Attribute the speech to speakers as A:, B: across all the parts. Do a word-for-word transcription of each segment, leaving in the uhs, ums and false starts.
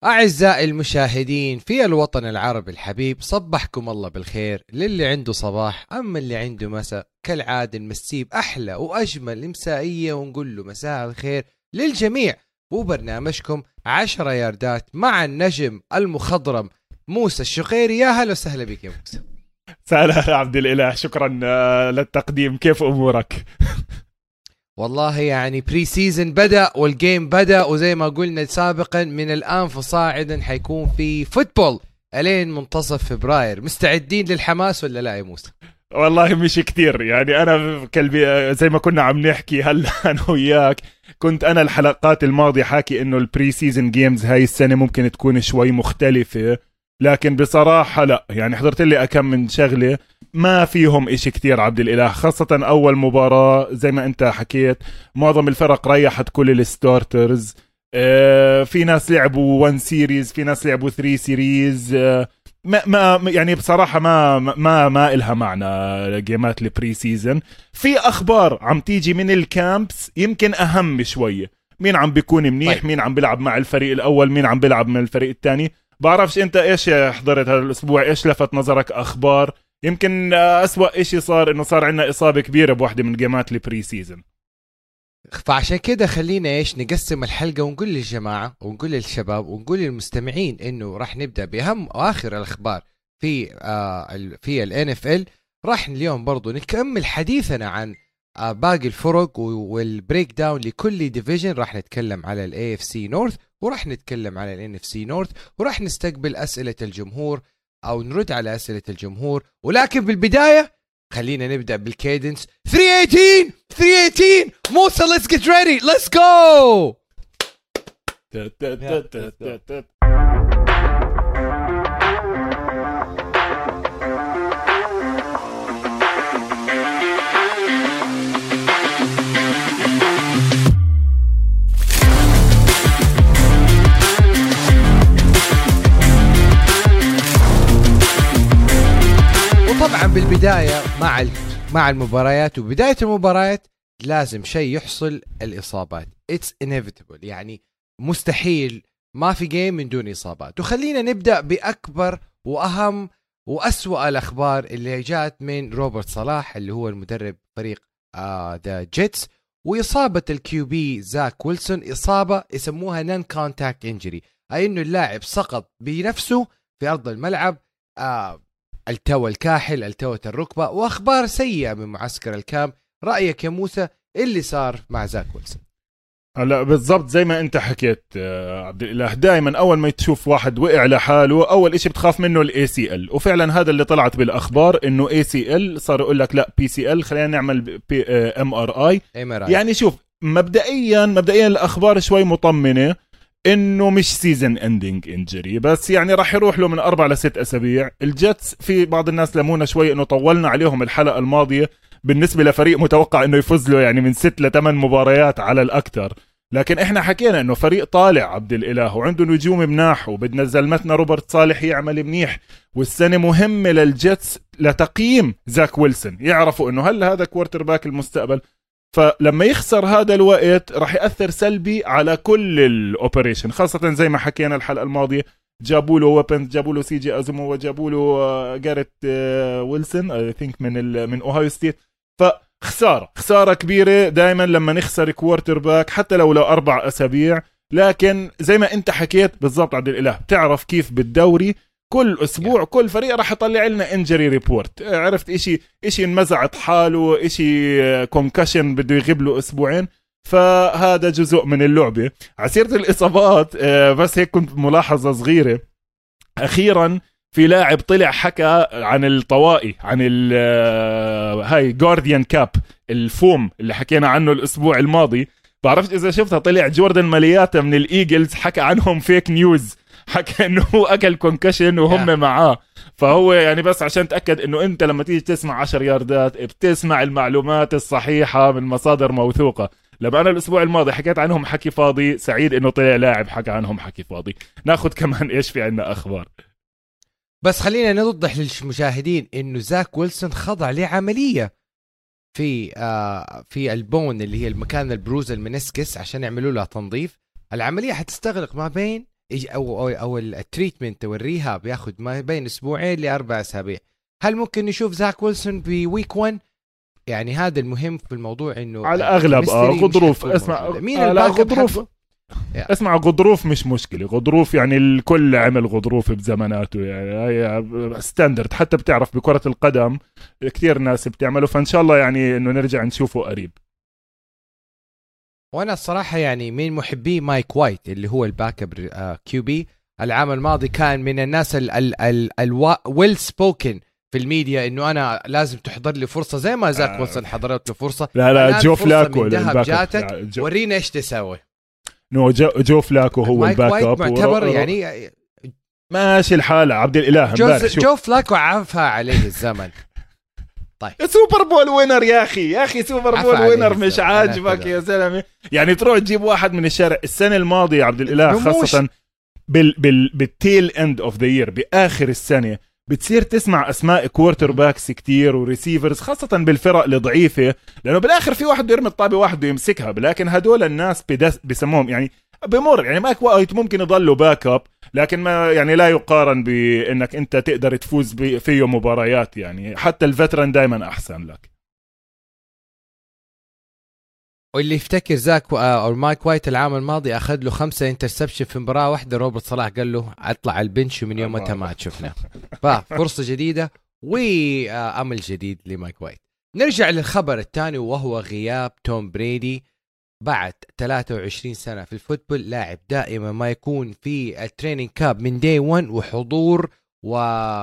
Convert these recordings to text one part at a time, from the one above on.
A: أعزائي المشاهدين في الوطن العربي الحبيب، صبحكم الله بالخير. للي عنده صباح أما اللي عنده مساء، كالعادة نمسيه بأحلى وأجمل مسائية ونقول له مساء الخير للجميع. وبرنامجكم عشرة ياردات مع النجم المخضرم موسى الشقيري. يا هلا وسهلا بك يا موسى.
B: سهلا عبد الإله، شكرا للتقديم. كيف أمورك؟
A: والله يعني بري سيزن بدأ والجيم بدأ، وزي ما قلنا سابقا من الآن فصاعدا حيكون في فوتبول ألين منتصف فبراير. مستعدين للحماس ولا لا يا موسى؟
B: والله مش كتير، يعني أنا كلبي زي ما كنا عم نحكي هلا أنا وياك. كنت أنا الحلقات الماضية حاكي إنه البري سيزن جيمز هاي السنة ممكن تكون شوي مختلفة، لكن بصراحة لا، يعني حضرت لي أكم من شغلة ما فيهم إشي كتير عبد الإله. خاصة أول مباراة زي ما أنت حكيت معظم الفرق ريحت كل الستارترز. آه في ناس لعبوا واحد سيريز، في ناس لعبوا ثلاثة سيريز. آه ما ما يعني بصراحة ما ما ما إلها معنى جيمات البري سيزن. في أخبار عم تيجي من الكامبس يمكن أهم شوية، مين عم بيكون منيح،
A: طيب.
B: مين عم بيلعب مع الفريق الأول، مين عم بيلعب من الفريق الثاني. بعرفش انت ايش حضرت هذا الاسبوع، ايش لفت نظرك اخبار؟ يمكن اسوأ اشي صار انه صار عندنا اصابة كبيرة بواحدة من جيمات البري سيزن.
A: فعشان كده خلينا ايش نقسم الحلقة ونقول للجماعة ونقول للشباب ونقول للمستمعين انه راح نبدأ بأهم واخر الاخبار في آه في ال إن إف إل. راح اليوم برضو نكمل حديثنا عن آه باقي الفرق والبريك داون لكل ديفيجن. راح نتكلم على ال إيه إف سي North وراح نتكلم على ال إن إف سي North وراح نستقبل أسئلة الجمهور أو نرد على أسئلة الجمهور. ولكن بالبداية خلينا نبدأ بالكيدنس. ثلاثمية وثمانية عشر ثلاثمية وثمانية عشر موسى، let's get ready, let's go. طبعا بالبداية مع مع المباريات وبداية المباريات لازم شيء يحصل، الإصابات. It's inevitable، يعني مستحيل ما في جيم من دون إصابات. وخلينا نبدأ بأكبر وأهم وأسوأ الأخبار اللي جاءت من روبرت صلاح اللي هو المدرب فريق ذا uh, جيتس، وإصابة الكيو بي زاك ويلسون. إصابة يسموها نون كونتاكت انجري، أي إنه اللاعب سقط بنفسه في أرض الملعب، uh, التوى الكاحل، التوى الركبة، واخبار سيئة من معسكر الكام. رأيك يا موسى اللي صار مع زاك ويلسون؟
B: هلا بالضبط زي ما انت حكيت عبد الاله، دائما اول ما تشوف واحد وقع لحاله اول اشي بتخاف منه الاي سي ال، وفعلا هذا اللي طلعت بالاخبار انه اي سي ال. صار يقول لك لا بي سي ال، خلينا نعمل بي ام ار اي. يعني شوف مبدئيا مبدئيا الاخبار شوي مطمنه انه مش سيزن اندينج انجري، بس يعني راح يروح له من اربع لست اسابيع. الجيتس في بعض الناس لمونا شوي انه طولنا عليهم الحلقه الماضيه بالنسبه لفريق متوقع انه يفوز له يعني من ست لثمان مباريات على الاكثر، لكن احنا حكينا انه فريق طالع عبد الاله وعنده نجوم مناح، وبدنا زلمتنا روبرت صالح يعمل منيح، والسنه مهمه للجيتس لتقييم زاك ويلسون، يعرفوا انه هل هذا كوارتر باك المستقبل. فلما يخسر هذا الوقت راح يأثر سلبي على كل الاوبريشن، خاصة زي ما حكينا الحلقة الماضية جابوا له ويبنز، جابوا له سي جي ازمو، وجابوا له جاريت ويلسون اي ثينك من من اوهايو ستيت. فخسارة خسارة كبيرة دائما لما نخسر كوارتر باك حتى لو لو اربع اسابيع. لكن زي ما انت حكيت بالضبط عبد الاله، بتعرف كيف بالدوري كل اسبوع كل فريق راح يطلع لنا انجري ريبورت. عرفت اشي اشي انمزعت حاله، اشي كونكشن بده يغيب له اسبوعين، فهذا جزء من اللعبة. عسيرة الاصابات بس هيك كنت ملاحظة صغيرة، اخيرا في لاعب طلع حكى عن الطوائي، عن هاي جارديان كاب، الفوم اللي حكينا عنه الاسبوع الماضي. بعرفش اذا شفتها، طلع جوردن مالياتا من الايجلز حكى عنهم فيك نيوز، حكى انه هو اكل كونكشن وهم yeah. معاه. فهو يعني بس عشان تأكد انه انت لما تيجي تسمع عشر ياردات بتسمع المعلومات الصحيحة من مصادر موثوقة. لما انا الاسبوع الماضي حكيت عنهم حكي فاضي، سعيد انه طلع لاعب حكى عنهم حكي فاضي. ناخذ كمان ايش في عنا اخبار.
A: بس خلينا نوضح للمشاهدين انه زاك ويلسون خضع لعملية في آه في البون اللي هي المكان البروز المنسكس عشان يعملوا لها تنظيف. العملية حتستغرق ما بين او او, أو التريتمنت والريهاب ياخذ ما بين اسبوعين لاربع اسابيع. هل ممكن نشوف زاك ويلسون بويك واحد؟ يعني هذا المهم في الموضوع انه
B: على الاغلب اه غضروف. اسمع
A: مين
B: آه
A: الباك
B: غضروف اسمع غضروف مش مشكله. غضروف يعني الكل عمل غضروف بزماناته، يعني هي ستاندرد، حتى بتعرف بكره القدم كثير ناس بتعمله، فان شاء الله يعني انه نرجع نشوفه قريب.
A: وانا الصراحه يعني من محبي مايك وايت اللي هو الباك اب كيو بي العام الماضي، كان من الناس الويل سبوكن في الميديا انه انا لازم تحضر لي فرصه زي ما زاك ويلسون حضرت له فرصه.
B: لا لا جو فلاكو
A: جاتك جو... ورينا ايش تسوي.
B: نو جو, جو فلاكو هو الباك اب
A: معتبر ورو... يعني
B: ماشي الحاله. عبد الاله
A: جو, جو فلاكو عفى عليه الزمن. طيب
B: سوبر بول وينر يا اخي يا اخي سوبر بول وينر مش عاجبك يا زلمه؟ يعني تروح تجيب واحد من الشارع. السنه الماضيه عبد الاله خاصه بال بال بالتيل اند اوف ذا يير باخر السنه بتصير تسمع اسماء كوارتر باكس كتير وريسيفرز، خاصه بالفرق الضعيفه، لانه بالاخر في واحد بيرمي الطابه واحد ويمسكها. لكن هدول الناس بسموهم يعني بمر يعني ماك وايت ممكن يضلوا باك اب، لكن ما يعني لا يقارن بانك انت تقدر تفوز فيه مباريات. يعني حتى الفترن دائما احسن لك.
A: واللي يفتكر زاك او مايك وايت العام الماضي اخذ له خمسة انترسبشن في مباراه واحده، روبرت صلاح قال له اطلع البنش ومن يوم متى ما شفنا. ففرصه جديده وامل جديد لمايك وايت. نرجع للخبر الثاني وهو غياب توم بريدي بعد ثلاثة وعشرين سنة في الفوتبول. لاعب دائما ما يكون في التريننج كاب من داي واحد وحضور و...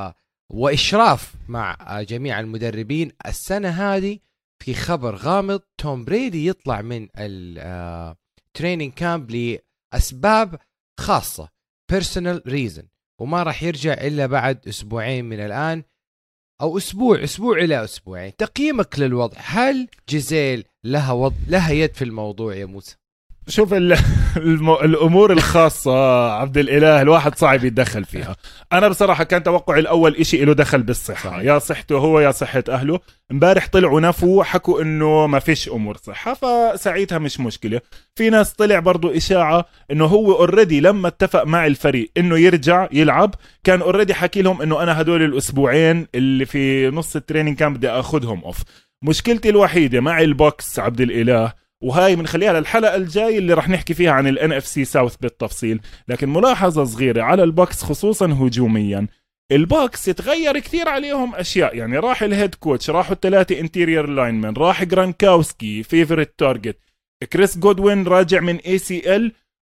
A: وإشراف مع جميع المدربين. السنة هذه في خبر غامض، توم بريدي يطلع من التريننج كامب لأسباب خاصة personal reason، وما راح يرجع إلا بعد أسبوعين من الآن، أو أسبوع أسبوع إلى أسبوعين. تقييمك للوضع، هل جيزيل لها وضع لها يد في الموضوع يا موسى؟
B: شوف الم... الأمور الخاصة عبد الإله الواحد صعب يتدخل فيها. أنا بصراحة كان توقعي الأول إشي له دخل بالصحة، يا صحته هو يا صحة أهله. امبارح طلعوا نفوا حكوا إنه ما فيش أمور صحة، فساعتها مش مشكلة. في ناس طلع برضو إشاعة إنه هو أوريدي لما اتفق مع الفريق إنه يرجع يلعب كان أوريدي حكي لهم إنه أنا هدول الأسبوعين اللي في نص التريننج كان بدي أخذهم أوف. مشكلتي الوحيدة مع البوكس عبد الإله، وهاي بنخليها للحلقة الجاي اللي رح نحكي فيها عن ال إن إف سي South بالتفصيل، لكن ملاحظة صغيرة على البوكس خصوصا هجوميا. البوكس يتغير كثير عليهم أشياء، يعني راح الهيد كوتش، راحوا الثلاثة انتيريور لاينمن، راح جرانكاوسكي فيفوريت تارجت، كريس جودوين راجع من اي سي ال،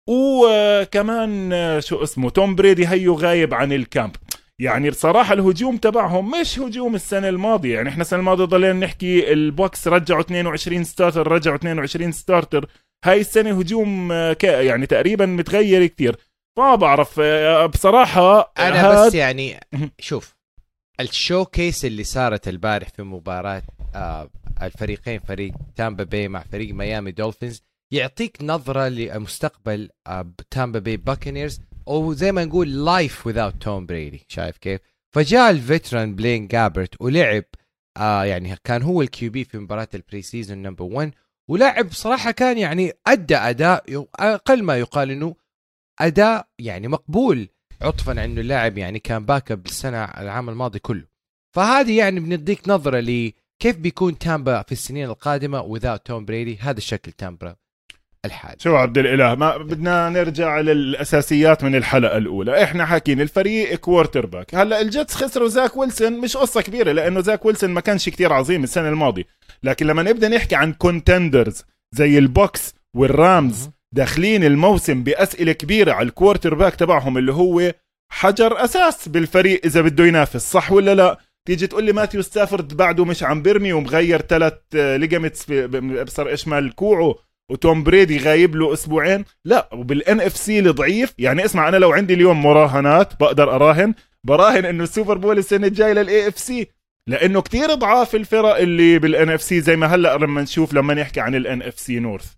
B: وكمان شو اسمه توم بريدي هيو غايب عن الكامب. يعني بصراحة الهجوم تبعهم مش هجوم السنة الماضية. يعني احنا السنة الماضية ضلينا نحكي البوكس رجعوا اثنين وعشرين ستارتر رجعوا اثنين وعشرين ستارتر. هاي السنة هجوم يعني تقريبا متغير كتير، ما بعرف بصراحة.
A: انا هاد... بس يعني شوف الشو كيس اللي صارت البارح في مباراة آه الفريقين، فريق تامبا باي مع فريق ميامي دولفينز، يعطيك نظرة لمستقبل آه تامبا باي باكنيرز، او زي ما نقول لايف without توم بريدي. شايف كيف؟ فجاء الفيتران بلين جابرت ولعب آه يعني كان هو الكيو بي في مباراة البري سيزون نمبر واحد، ولعب صراحة كان يعني أدى أداء أقل ما يقال إنه أداء يعني مقبول، عطفا عنه اللاعب يعني كان باك اب بالسنة العام الماضي كله. فهذه يعني بنديك نظرة لكيف بيكون تامبا في السنين القادمة without توم بريدي. هذا الشكل تامبا الحال.
B: شو عبد الإله، ما بدنا نرجع للأساسيات من الحلقة الأولى. إحنا حاكين الفريق كوارتر باك. هلأ الجيتس خسروا زاك ويلسون، مش قصة كبيرة لأنه زاك ويلسون ما كانش كتير عظيم السنة الماضية، لكن لما نبدأ نحكي عن كونتندرز زي البوكس والرامز داخلين الموسم بأسئلة كبيرة على الكوارتر باك تبعهم اللي هو حجر أساس بالفريق إذا بده ينافس، صح ولا لا؟ تيجي تقول لي ماثيو ستافورد بعده مش عم برمي ومغير ثلاث ليجامنتس بصر إشمال كوعه، وتوم بريدي غايب له اسبوعين. لا، وبالان اف سي الضعيف. يعني اسمع، انا لو عندي اليوم مراهنات بقدر اراهن براهن انه السوبر بول السنه الجايه للاي اف سي، لانه كتير ضعاف الفرق اللي بالان اف سي زي ما هلا لما نشوف لما نحكي عن الان اف سي نورث.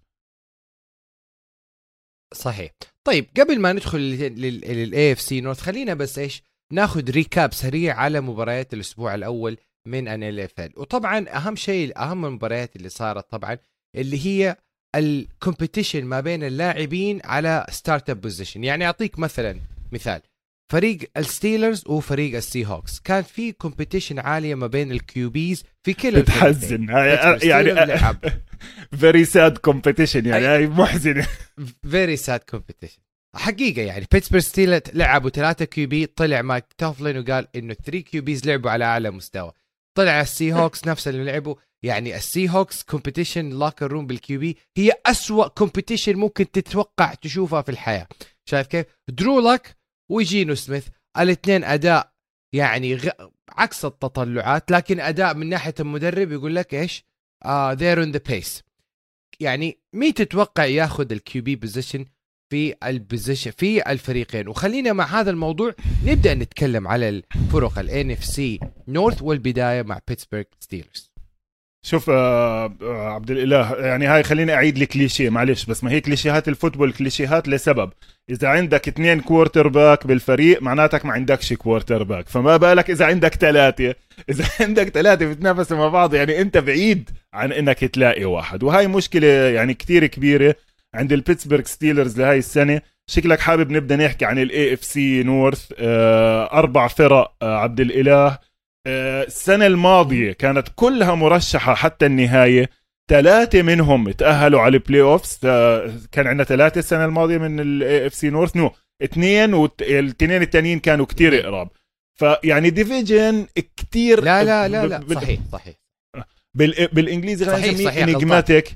A: صحيح. طيب قبل ما ندخل للاي اف سي نورث خلينا بس ايش ناخذ ريكاب سريع على مباريات الاسبوع الاول من ان ال اف ال. وطبعا اهم شيء اهم المباريات اللي صارت طبعا اللي هي الكومبيتيشن ما بين اللاعبين على ستارت اب بوزيشن. يعني اعطيك مثلا مثال، فريق الستيلرز وفريق السي هوكس كان في كومبيتيشن عاليه ما بين الكيوبيز في كل
B: بتحزن يعني فيري ساد كومبيتيشن يعني هاي محزنه
A: فيري ساد كومبيتيشن حقيقه. يعني بيتسبرغ ستيلرز لعبوا ثلاثة كيوبي، طلع مايك توفلين وقال انه ثري كيوبيز لعبوا على اعلى مستوى. طلع السي هوكس نفس اللي لعبوا. يعني السي هوكس كومبيتيشن لاكر روم بالكيوبي هي أسوأ كومبيتيشن ممكن تتوقع تشوفها في الحياه. شايف كيف؟ درو لاك وجينو سميث الاثنين اداء يعني غ... عكس التطلعات، لكن اداء من ناحيه المدرب يقول لك ايش اه they're on the pace. يعني مين تتوقع ياخذ الكيوبي بوزيشن في البوزيشن في الفريقين؟ وخلينا مع هذا الموضوع نبدا نتكلم على الفرق الان اف سي نورث، والبدايه مع بيتسبرغ ستيلرز.
B: شوف آه عبد الاله، يعني هاي خليني اعيد لك كليشيه معلش، بس ما هي كليشيهات الفوتبول كليشيهات لسبب. اذا عندك اثنين كوارتر باك بالفريق معناتك ما عندكش كوارتر باك، فما بالك اذا عندك ثلاثه اذا عندك ثلاثه بيتنافسوا مع بعض، يعني انت بعيد عن انك تلاقي واحد. وهاي مشكله يعني كتير كبيره عند البيتسبرغ ستيلرز لهاي السنه. شكلك حابب نبدا نحكي عن الاي اف سي نورث. آه اربع فرق آه عبد الاله. آه السنه الماضيه كانت كلها مرشحه حتى النهايه، ثلاثه منهم تاهلوا على البلاي اوفز. آه كان عندنا ثلاثه السنه الماضيه من الاي اف سي نورث، نو اثنين، والاثنين التانيين كانوا كتير قراب. فيعني ديفيجن كتير.
A: لا لا لا لا صحيح صحيح
B: بال بالانجليزي خلينا نسميه انيجماتيك.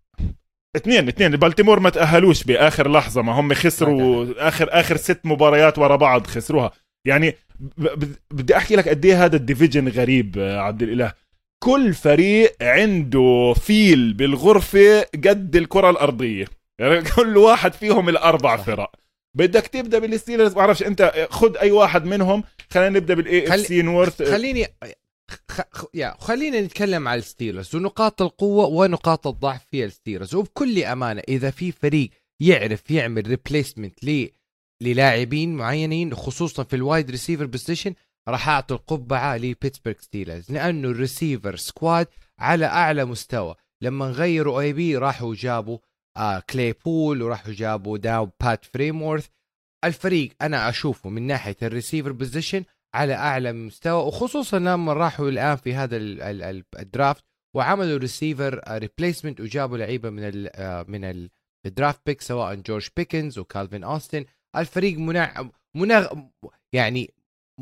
B: اثنين اثنين بالتيمور ما تأهلوش بآخر لحظة، ما هم خسروا آخر آخر ست مباريات ورا بعض خسروها. يعني بدي أحكي لك قد إيه هذا الديفيجن غريب عبد الإله. كل فريق عنده فيل بالغرفة قد الكرة الأرضية، يعني كل واحد فيهم الأربع فرق. بدك تبدأ بالستيلرز، ما أعرفش أنت خد أي واحد منهم. خلينا نبدأ بالإي إف سي نورث.
A: خليني خ... يا خلينا نتكلم على الستيلرز ونقاط القوة ونقاط الضعف في الستيلرز. وبكل أمانة إذا في فريق يعرف يعمل ريبليسمنت ل للاعبين معينين خصوصا في الوايد ريسيفر بوزيشن، راح أعطي القبعة لبيتسبرغ ستيلرز، لأنه الريسيفر سكواد على أعلى مستوى. لما غيروا أي بي راحوا جابوا آه كلي بول، وراحوا جابوا داو بات فريمورث. الفريق أنا أشوفه من ناحية الريسيفر بوزيشن على أعلى مستوى، وخصوصا لما راحوا الآن في هذا الدرافت وعملوا ريسيفر ريبليسمنت وجابوا لعيبة من ال من الدرافت بيك سواء جورج بيكنز وكالفين أوستن. الفريق منع منع يعني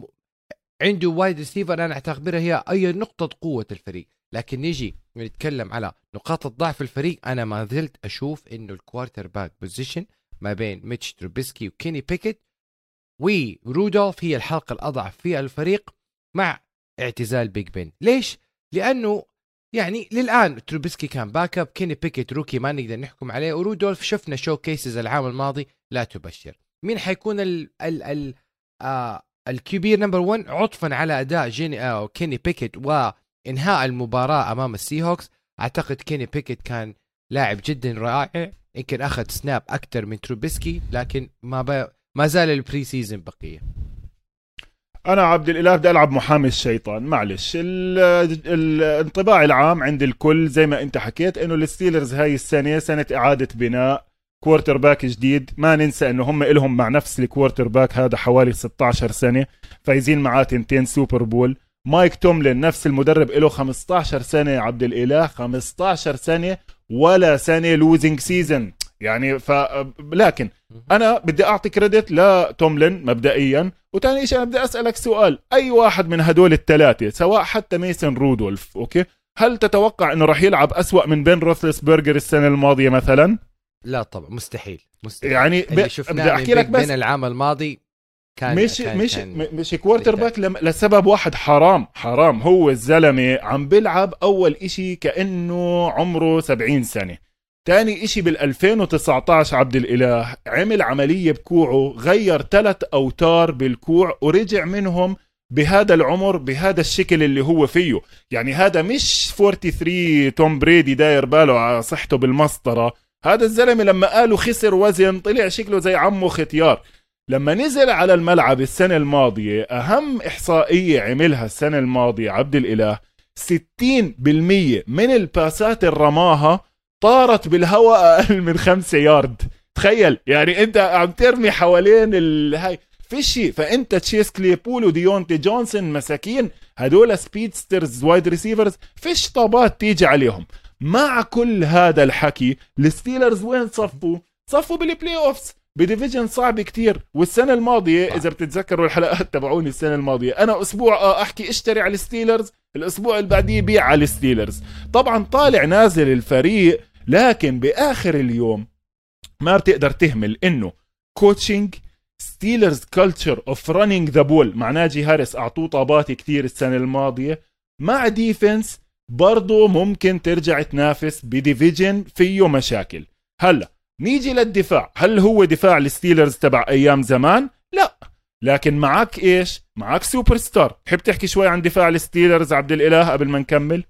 A: عنده وايد ريسيفر أنا أعتبرها هي أي نقطة قوة الفريق. لكن نيجي نتكلم على نقاط الضعف الفريق، أنا ما زلت أشوف إنه الكوارتر باك بوزيشن ما بين ميتش تروبيسكي وكيني بيكيت ورودولف هي الحلقة الأضعف في الفريق مع اعتزال بيج بن. ليش؟ لأنه يعني للآن تروبيسكي كان باك اب، كيني بيكيت روكي ما نقدر نحكم عليه، ورودولف شفنا شو كيسز العام الماضي لا تبشر. مين حيكون ال ال ال آه الكبير نمبر واحد عطفا على أداء جيني آه كيني بيكيت وإنهاء المباراة أمام السي هوكس؟ أعتقد كيني بيكيت كان لاعب جدا رائع، يمكن أخذ سناب أكتر من تروبيسكي، لكن ما ب... ما زال البري سيزن بقية.
B: أنا عبد الإله بدي ألعب محامي الشيطان معلش. الانطباع العام عند الكل زي ما أنت حكيت إنه الستيلرز هاي السنة سنة إعادة بناء كوارتر باك جديد. ما ننسى إنه هم إلهم مع نفس الكوارتر باك هذا حوالي ستة عشر سنة، فايزين معاه تنتين سوبر بول. مايك توملين نفس المدرب إله خمسة عشر سنة عبد الإله، خمسة عشر سنة ولا سنة لوزنج سيزن يعني. ف لكن انا بدي اعطي كريدت لتوملين مبدئيا. وتاني شيء انا بدي اسالك سؤال، اي واحد من هدول الثلاثه سواء حتى ميسن رودولف اوكي، هل تتوقع انه راح يلعب أسوأ من بن روثلسبرجر السنه الماضيه مثلا؟
A: لا طبعا مستحيل مستحيل.
B: يعني
A: اللي شفناه بدي احكي لك بس بين العام الماضي كان
B: مش
A: كان
B: مش
A: كان
B: مش كوارتر باك لسبب واحد، حرام حرام. هو الزلمه عم بيلعب اول اشي كانه عمره سبعين سنه. تاني اشي بالألفين وتسعة عشر عبد الإله عمل عملية بكوعه، غير ثلاث أوتار بالكوع ورجع منهم بهذا العمر بهذا الشكل اللي هو فيه. يعني هذا مش ثلاثة وأربعين توم بريدي داير باله على صحته بالمسطرة. هذا الزلمة لما قالوا خسر وزن طلع شكله زي عمه ختيار. لما نزل على الملعب السنة الماضية، أهم إحصائية عملها السنة الماضية عبد الإله ستين بالمية من الباسات الرماها طارت بالهواء اقل من خمسة يارد. تخيل يعني انت عم ترمي حوالين الهاي فيشي. فانت تشيس كليبول وديونتي جونسون مساكين هدول سبيدسترز وايد ريسيفرز فيش طابات تيجي عليهم. مع كل هذا الحكي الستيلرز وين صفوا؟ صفوا بالبلاي اوفز بديفيجن صعب كتير. والسنة الماضية إذا بتتذكروا الحلقات تبعوني السنة الماضية أنا أسبوع آه أحكي اشتري على الستيلرز، الأسبوع اللي بعديه بيع على الستيلرز. طبعا طالع نازل الفريق، لكن بآخر اليوم ما بتقدر تهمل إنه كوتشنج ستيلرز كلتشر اوف رانينج ذا بول مع ناجي هاريس أعطوه طابات كتير السنة الماضية، مع ديفنس برضو ممكن ترجع تنافس بديفيجن فيه مشاكل. هلأ نيجي للدفاع، هل هو دفاع الستيلرز تبع ايام زمان؟ لا، لكن معك ايش؟ معك سوبر ستار. تحب تحكي شوي عن دفاع الستيلرز عبد الاله قبل ما نكمل؟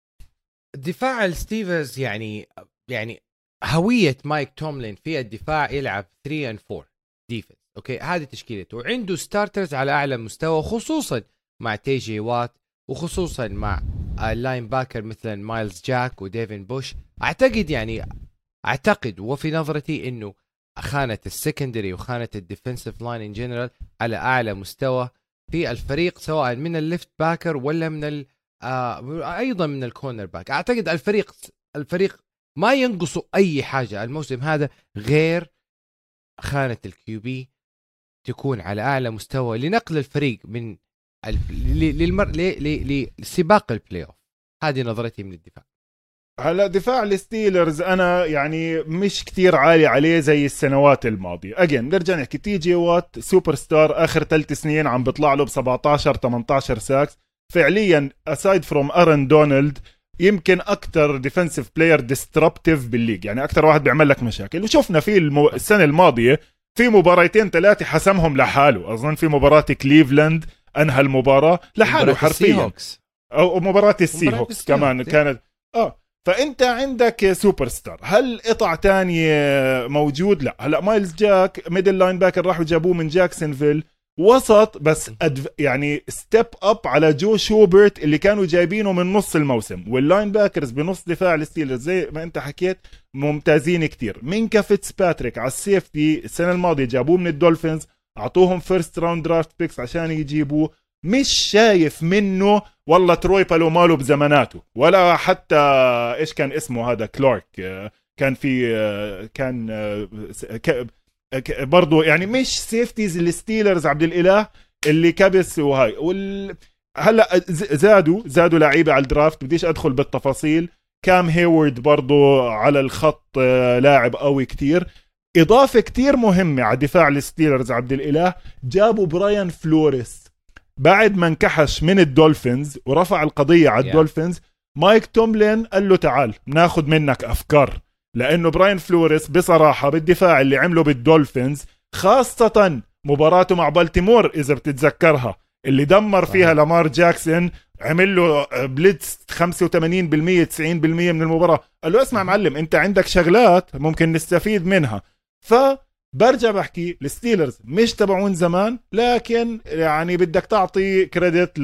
A: دفاع الستيلرز يعني يعني هوية مايك توملين في الدفاع يلعب ثلاثة and أربعة ديفنس. اوكي هذه تشكيلته، وعنده ستارترز على اعلى مستوى خصوصا مع تي جي وات وخصوصا مع اللاين باكر مثلا مايلز جاك وديفين بوش. اعتقد يعني اعتقد وفي نظرتي انه خانة السكندري وخانة الديفنسيف لاين ان جنرال على اعلى مستوى في الفريق، سواء من الليفت باكر ولا من ال آه ايضا من الكورنر باك. اعتقد الفريق الفريق ما ينقصوا اي حاجة الموسم هذا غير خانة الكيوبي تكون على اعلى مستوى لنقل الفريق من للمر لسباق البلاي اوف. هذه نظرتي من الدفاع.
B: هلا دفاع الستيلرز انا يعني مش كتير عالي عليه زي السنوات الماضيه. اجين نرجع نحكي تي جي وات سوبر ستار، اخر ثلاث سنين عم بيطلع له ب سبعتاشر ثمانية عشر ساكس فعليا. اسايد فروم ارن دونالد يمكن اكتر ديفنسيف بلاير ديستربتيف بالليج، يعني اكتر واحد بيعمل لك مشاكل. وشفنا في المو... السنه الماضيه في مباراتين ثلاثه حسمهم لحاله. اظن في مباراه كليفلاند انهى المباراه لحاله حرفيا، او مباراه السي هوكس كمان كانت اه. فانت عندك سوبر ستار. هل قطع تانية موجود؟ لا. هلا مايلز جاك ميدل لاين باكر راحوا جابوه من جاكسونفيل وسط، بس أدف يعني ستيب اب على جو شوبرت اللي كانوا جايبينه من نص الموسم. واللاين باكرز بنص دفاع الستيلرز زي ما انت حكيت ممتازين كتير. مينكا فيتس باتريك على السيفتي السنه الماضيه جابوه من الدولفينز، اعطوهم فيرست راوند درافت بيكس عشان يجيبوه. مش شايف منه والله تروي بالومالو بزماناته، ولا حتى ايش كان اسمه هذا كلارك كان في كان برضو يعني مش سيفتيز الستيلرز عبد الاله اللي كبس وهاي وال... هلا زادوا زادوا لعيبه على الدرافت، بديش ادخل بالتفاصيل. كام هيورد برضو على الخط لاعب قوي كتير. اضافه كتير مهمه على دفاع الستيلرز عبد الاله، جابوا براين فلوريس بعد ما انكحش من الدولفينز ورفع القضيه على الدولفينز. مايك توملين قال له تعال ناخد منك افكار، لانه براين فلوريس بصراحه بالدفاع اللي عمله بالدولفينز، خاصه مباراته مع بالتيمور اذا بتتذكرها اللي دمر فيها لامار جاكسون، عمل له بليتس خمسة وثمانين بالمية تسعين بالمية من المباراه. قال له اسمع معلم انت عندك شغلات ممكن نستفيد منها. فبرجع بحكي الستيلرز مش تبعون زمان، لكن يعني بدك تعطي كريدت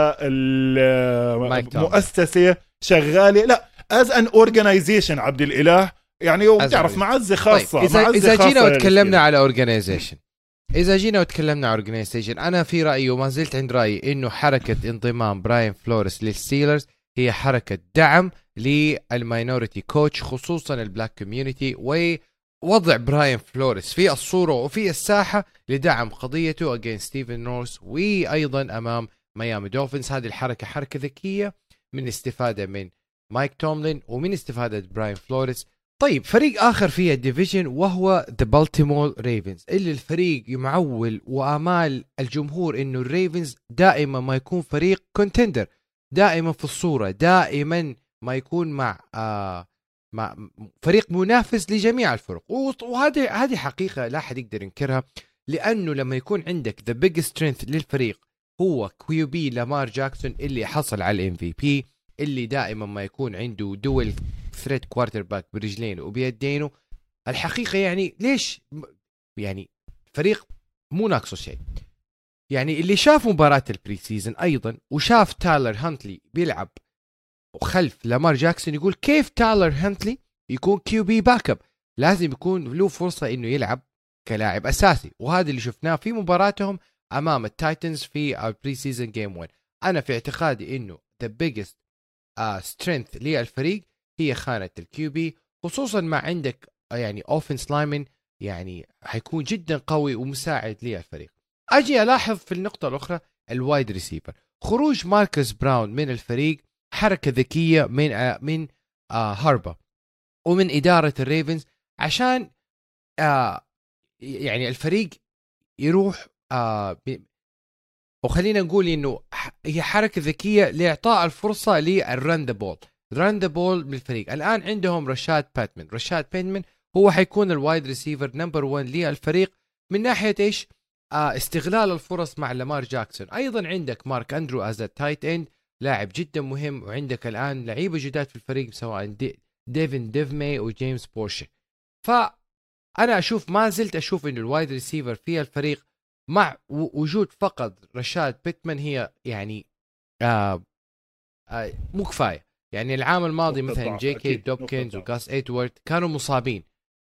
B: للمؤسسه شغاله. لا از ان اورجانيزيشن عبد الاله يعني وبتعرف معزه خاصه.
A: طيب. اذا, إذا جينا وتكلمنا على اورجانيزيشن اذا جينا وتكلمنا على اورجانيزيشن انا في رايي وما زلت عند رايي انه حركه انضمام براين فلوريس للستيلرز هي حركه دعم للماينورتي كوتش، خصوصا البلاك كوميونتي، ووضع براين فلوريس في الصوره وفي الساحه لدعم قضيته اجين ستيفن نورس وايضا امام ميامي دولفينز. هذه الحركه حركه ذكيه من استفاده من مايك توملين ومن استفاده براين فلوريس. طيب فريق آخر في الديفيجن وهو The Baltimore Ravens، اللي الفريق يمعول وآمال الجمهور إنه الريفنز دائما ما يكون فريق كونتندر، دائما في الصورة، دائما ما يكون مع آه مع فريق منافس لجميع الفرق. وهذه هذه حقيقة لا حد يقدر ينكرها، لأنه لما يكون عندك the biggest strength للفريق هو كيو بي لامار جاكسون اللي حصل على الام في بي، اللي دائما ما يكون عنده دول ثريت كوارتر باك برجلينه وبيدينه. الحقيقة يعني ليش يعني فريق مو ناقصه شيء. يعني اللي شاف مباراة البري سيزن أيضا وشاف تايلر هانتلي بيلعب وخلف لامار جاكسون يقول كيف تايلر هانتلي يكون كيو بي باك اب، لازم يكون له فرصه انه يلعب كلاعب اساسي، وهذا اللي شفناه في مباراتهم امام التايتنز في البري سيزون جيم واحد. انا في اعتقادي انه ذا بيجست سترينث للفريق هي خانه الكيو بي، خصوصا ما عندك يعني اوفنس لايمن يعني حيكون جدا قوي ومساعد للفريق. اجي الاحظ في النقطه الاخرى الوايد ريسيفر، خروج ماركوس براون من الفريق حركه ذكيه من آه من آه هاربا ومن اداره الريفنز عشان آه يعني الفريق يروح آه وخلينا نقول انه هي حركه ذكيه لاعطاء الفرصه للرن ذا بول رن ذا بول بالفريق. الان عندهم رشاد باتمان رشاد باتمان هو حيكون الوايد ريسيفر نمبر واحد للفريق من ناحيه ايش آه استغلال الفرص مع لامار جاكسون. ايضا عندك مارك اندرو از تايت اند لاعب جدا مهم، وعندك الان لعيبه جداد في الفريق سواء دي ديفن ديفمي وجيمس بورشي. فانا اشوف ما زلت اشوف انه الوايد ريسيفر في الفريق مع وجود فقط رشاد بيتمان هي يعني آه آه مو كفايه. يعني العام الماضي مثلا جي كي دوبكنز وغاس ايدوارد كانوا مصابين،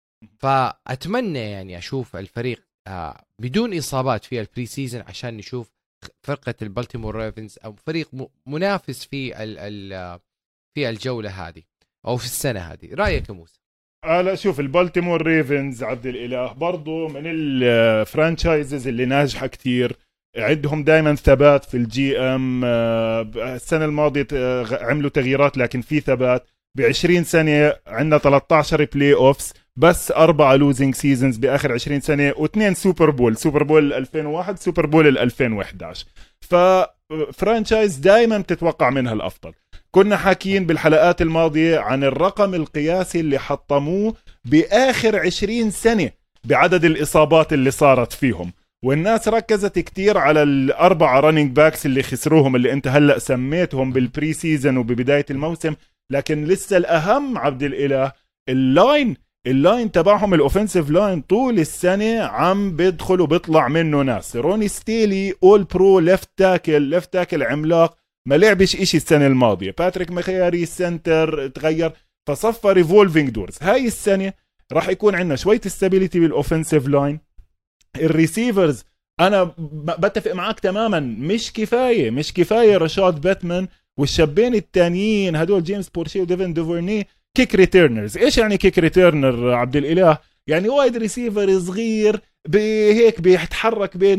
A: فاتمنى يعني اشوف الفريق آه بدون اصابات في البري سيزون عشان نشوف فرقه البالتيمور ريفنز او فريق منافس في ال ال في الجوله هذه او في السنه هذه. رايك يا موسى؟
B: آه لا شوف، البالتيمور ريفنز عبد الاله برضو من الفرانشايزز اللي ناجحه كتير، عندهم دائما ثبات في الجي ام. آه السنه الماضيه آه عملوا تغييرات لكن في ثبات. بعشرين سنه عندنا ثلاثة عشر بلاي اوفس، بس أربعة لوزينج سيزونز بآخر عشرين سنة، واثنين سوبر بول، سوبر بول ألفين وواحد، سوبر بول ألفين وإحدى عشر. ففرانشايز دائما بتتوقع منها الأفضل. كنا حاكيين بالحلقات الماضية عن الرقم القياسي اللي حطموه بآخر عشرين سنة بعدد الإصابات اللي صارت فيهم، والناس ركزت كتير على الأربعة رانينج باكس اللي خسروهم اللي انت هلأ سميتهم بالبري سيزن وببداية الموسم. لكن لسه الأهم عبد الإله اللاين اللاين تبعهم، الاوفنسيف لاين طول السنة عم بيدخل وبيطلع منه ناس. روني ستيلي اول برو ليفت تاكل ليفت تاكل عملاق، ما لعبش اشي السنة الماضية. باتريك مخياري سنتر تغير، فصفى ريفولفينج دورز. هاي السنة راح يكون عندنا شوية استابيليتي بالاوفنسيف لاين. الريسيفرز انا بتفق معاك تماما، مش كفاية مش كفاية رشاد باتمان والشابين التانيين هدول جيمس بورشي وديفن دوفرني كيك ريتيرنرز. ايش يعني كيك ريتيرنر عبد الاله؟ يعني وايد ريسيفر صغير بهيك بيتحرك بين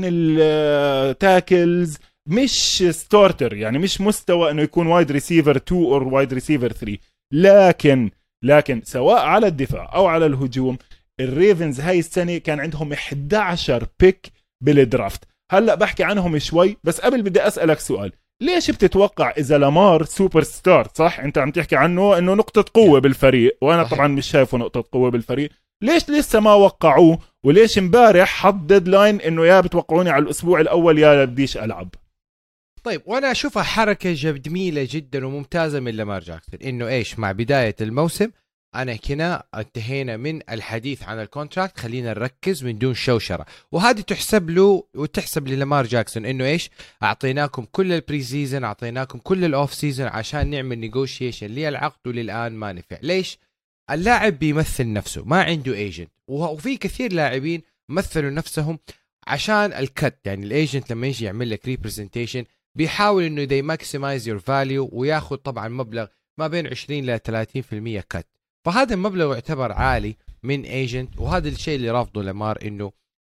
B: التاكلز، مش ستارتر، يعني مش مستوى انه يكون وايد ريسيفر اثنين او وايد ريسيفر ثلاثة. لكن لكن سواء على الدفاع او على الهجوم، الريفنز هاي السنه كان عندهم إحدى عشر بيك بالدرافت. هلا بحكي عنهم شوي، بس قبل بدي اسالك سؤال. ليش بتتوقع اذا لامار سوبر ستار، صح انت عم تحكي عنه انه نقطة قوة بالفريق، وانا طبعا مش شايفه نقطة قوة بالفريق، ليش لسه ما وقعوه؟ وليش امبارح حط ديدلاين انه يا بتوقعوني على الاسبوع الاول يا بديش العب؟
A: طيب وانا اشوفها حركة جميلة جدا وممتازة من لامار جاكسون، انه ايش مع بداية الموسم انا كنا انتهينا من الحديث عن الكونتراكت، خلينا نركز من دون شوشرة. وهذه تحسب له وتحسب للامار جاكسون انه ايش اعطيناكم كل البري سيزن، اعطيناكم كل الاوف سيزن عشان نعمل نيغوشيشن للعقد، وللان ما نفع. ليش؟ اللاعب بيمثل نفسه، ما عنده ايجنت، وفي كثير لاعبين مثلوا نفسهم عشان الكت. يعني الايجنت لما يجي يعمل لك ريبرزنتيشن بيحاول انه they maximize your value وياخذ طبعا مبلغ ما بين عشرين إلى ثلاثين بالمئة كت، فهذا المبلغ يعتبر عالي من ايجنت. وهذا الشيء اللي رافضه لامار، انه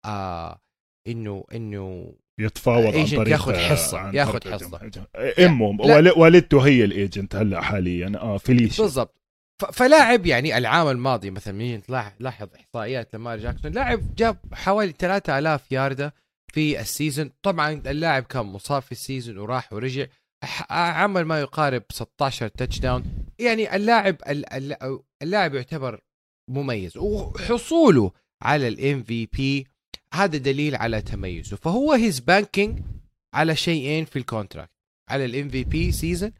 A: آه انه انه
B: يتفاوض عن طريق
A: ياخذ حصه ياخذ حصه
B: امه والدته هي الايجنت هلا حاليا اه فيليشيا
A: بالضبط. فلاعب يعني العام الماضي مثلا من لاحظ احصائيات لامار جاكسون، لاعب جاب حوالي ثلاثة آلاف ياردة في السيزون. طبعا اللاعب كان مصاب في السيزون وراح ورجع، عمل ما يقارب ستة عشر تاتش داون. يعني اللاعب اللاعب يعتبر مميز، وحصوله على الام في بي هذا دليل على تميزه. فهو هيز بانكينج على شيئين في الكونتراكت، على الام في بي سيزون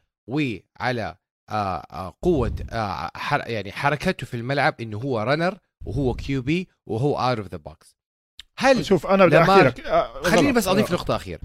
A: وعلى آآ آآ قوة آآ حر يعني حركته في الملعب، انه هو رنر وهو كيو بي وهو اوت اوف ذا بوكس. هل
B: شوف انا بدي احكي لك
A: آه خليني بس اضيف نقطة أخيرة.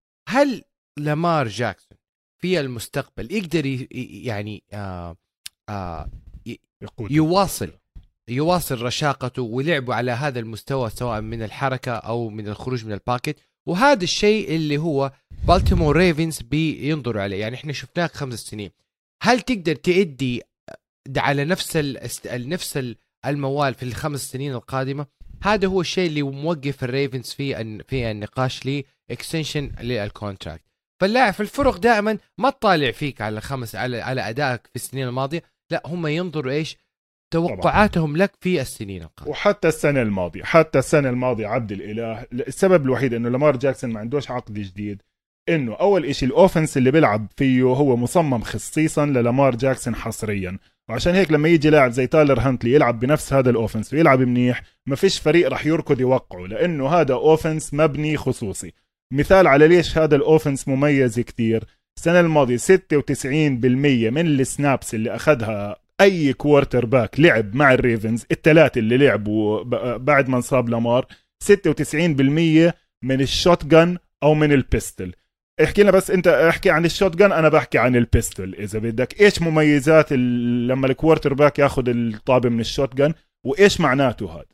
A: هل لامار جاكسون في المستقبل يقدر يعني آآ آآ يواصل يواصل رشاقته ولعبوا على هذا المستوى سواء من الحركة أو من الخروج من الباكت. وهذا الشيء اللي هو بالتيمور ريفنز بينظروا عليه. يعني احنا شفناك خمس سنين، هل تقدر تأدي على نفس نفس الموال في الخمس سنين القادمة؟ هذا هو الشيء اللي موقف الريفنز في في النقاش لي اكستنشن للكونتراكت. فاللاعب في الفرق دائما ما تطالع فيك على خمس على على أدائك في السنين الماضية، لا هم ينظروا ايش توقعاتهم طبعا لك في السنين القادمة.
B: وحتى السنة الماضية حتى السنة الماضية عبد الإله السبب الوحيد انه لامار جاكسون ما عندوش عقد جديد، انه اول اشي الاوفنس اللي بيلعب فيه هو مصمم خصيصا للامار جاكسون حصريا، وعشان هيك لما يجي لاعب زي تايلر هانتلي يلعب بنفس هذا الاوفنس ويلعب منيح، ما فيش فريق رح يركض يوقعه، لانه هذا اوفنس مبني خصوصي. مثال على ليش هذا الاوفنس مميز كتير، السنة الماضية ستة وتسعين بالمية من السنابس اللي اخذها اي كوارتر باك لعب مع الريفنز، الثلاثة اللي لعبوا بعد ما انصاب لامار، ستة وتسعين بالمية من الشوت جن او من البيستل. احكي لنا بس انت، احكي عن الشوت جن، انا بحكي عن البيستل اذا بدك. ايش مميزات لما الكوارتر باك ياخذ الطابة من الشوت جن وايش معناته هذا؟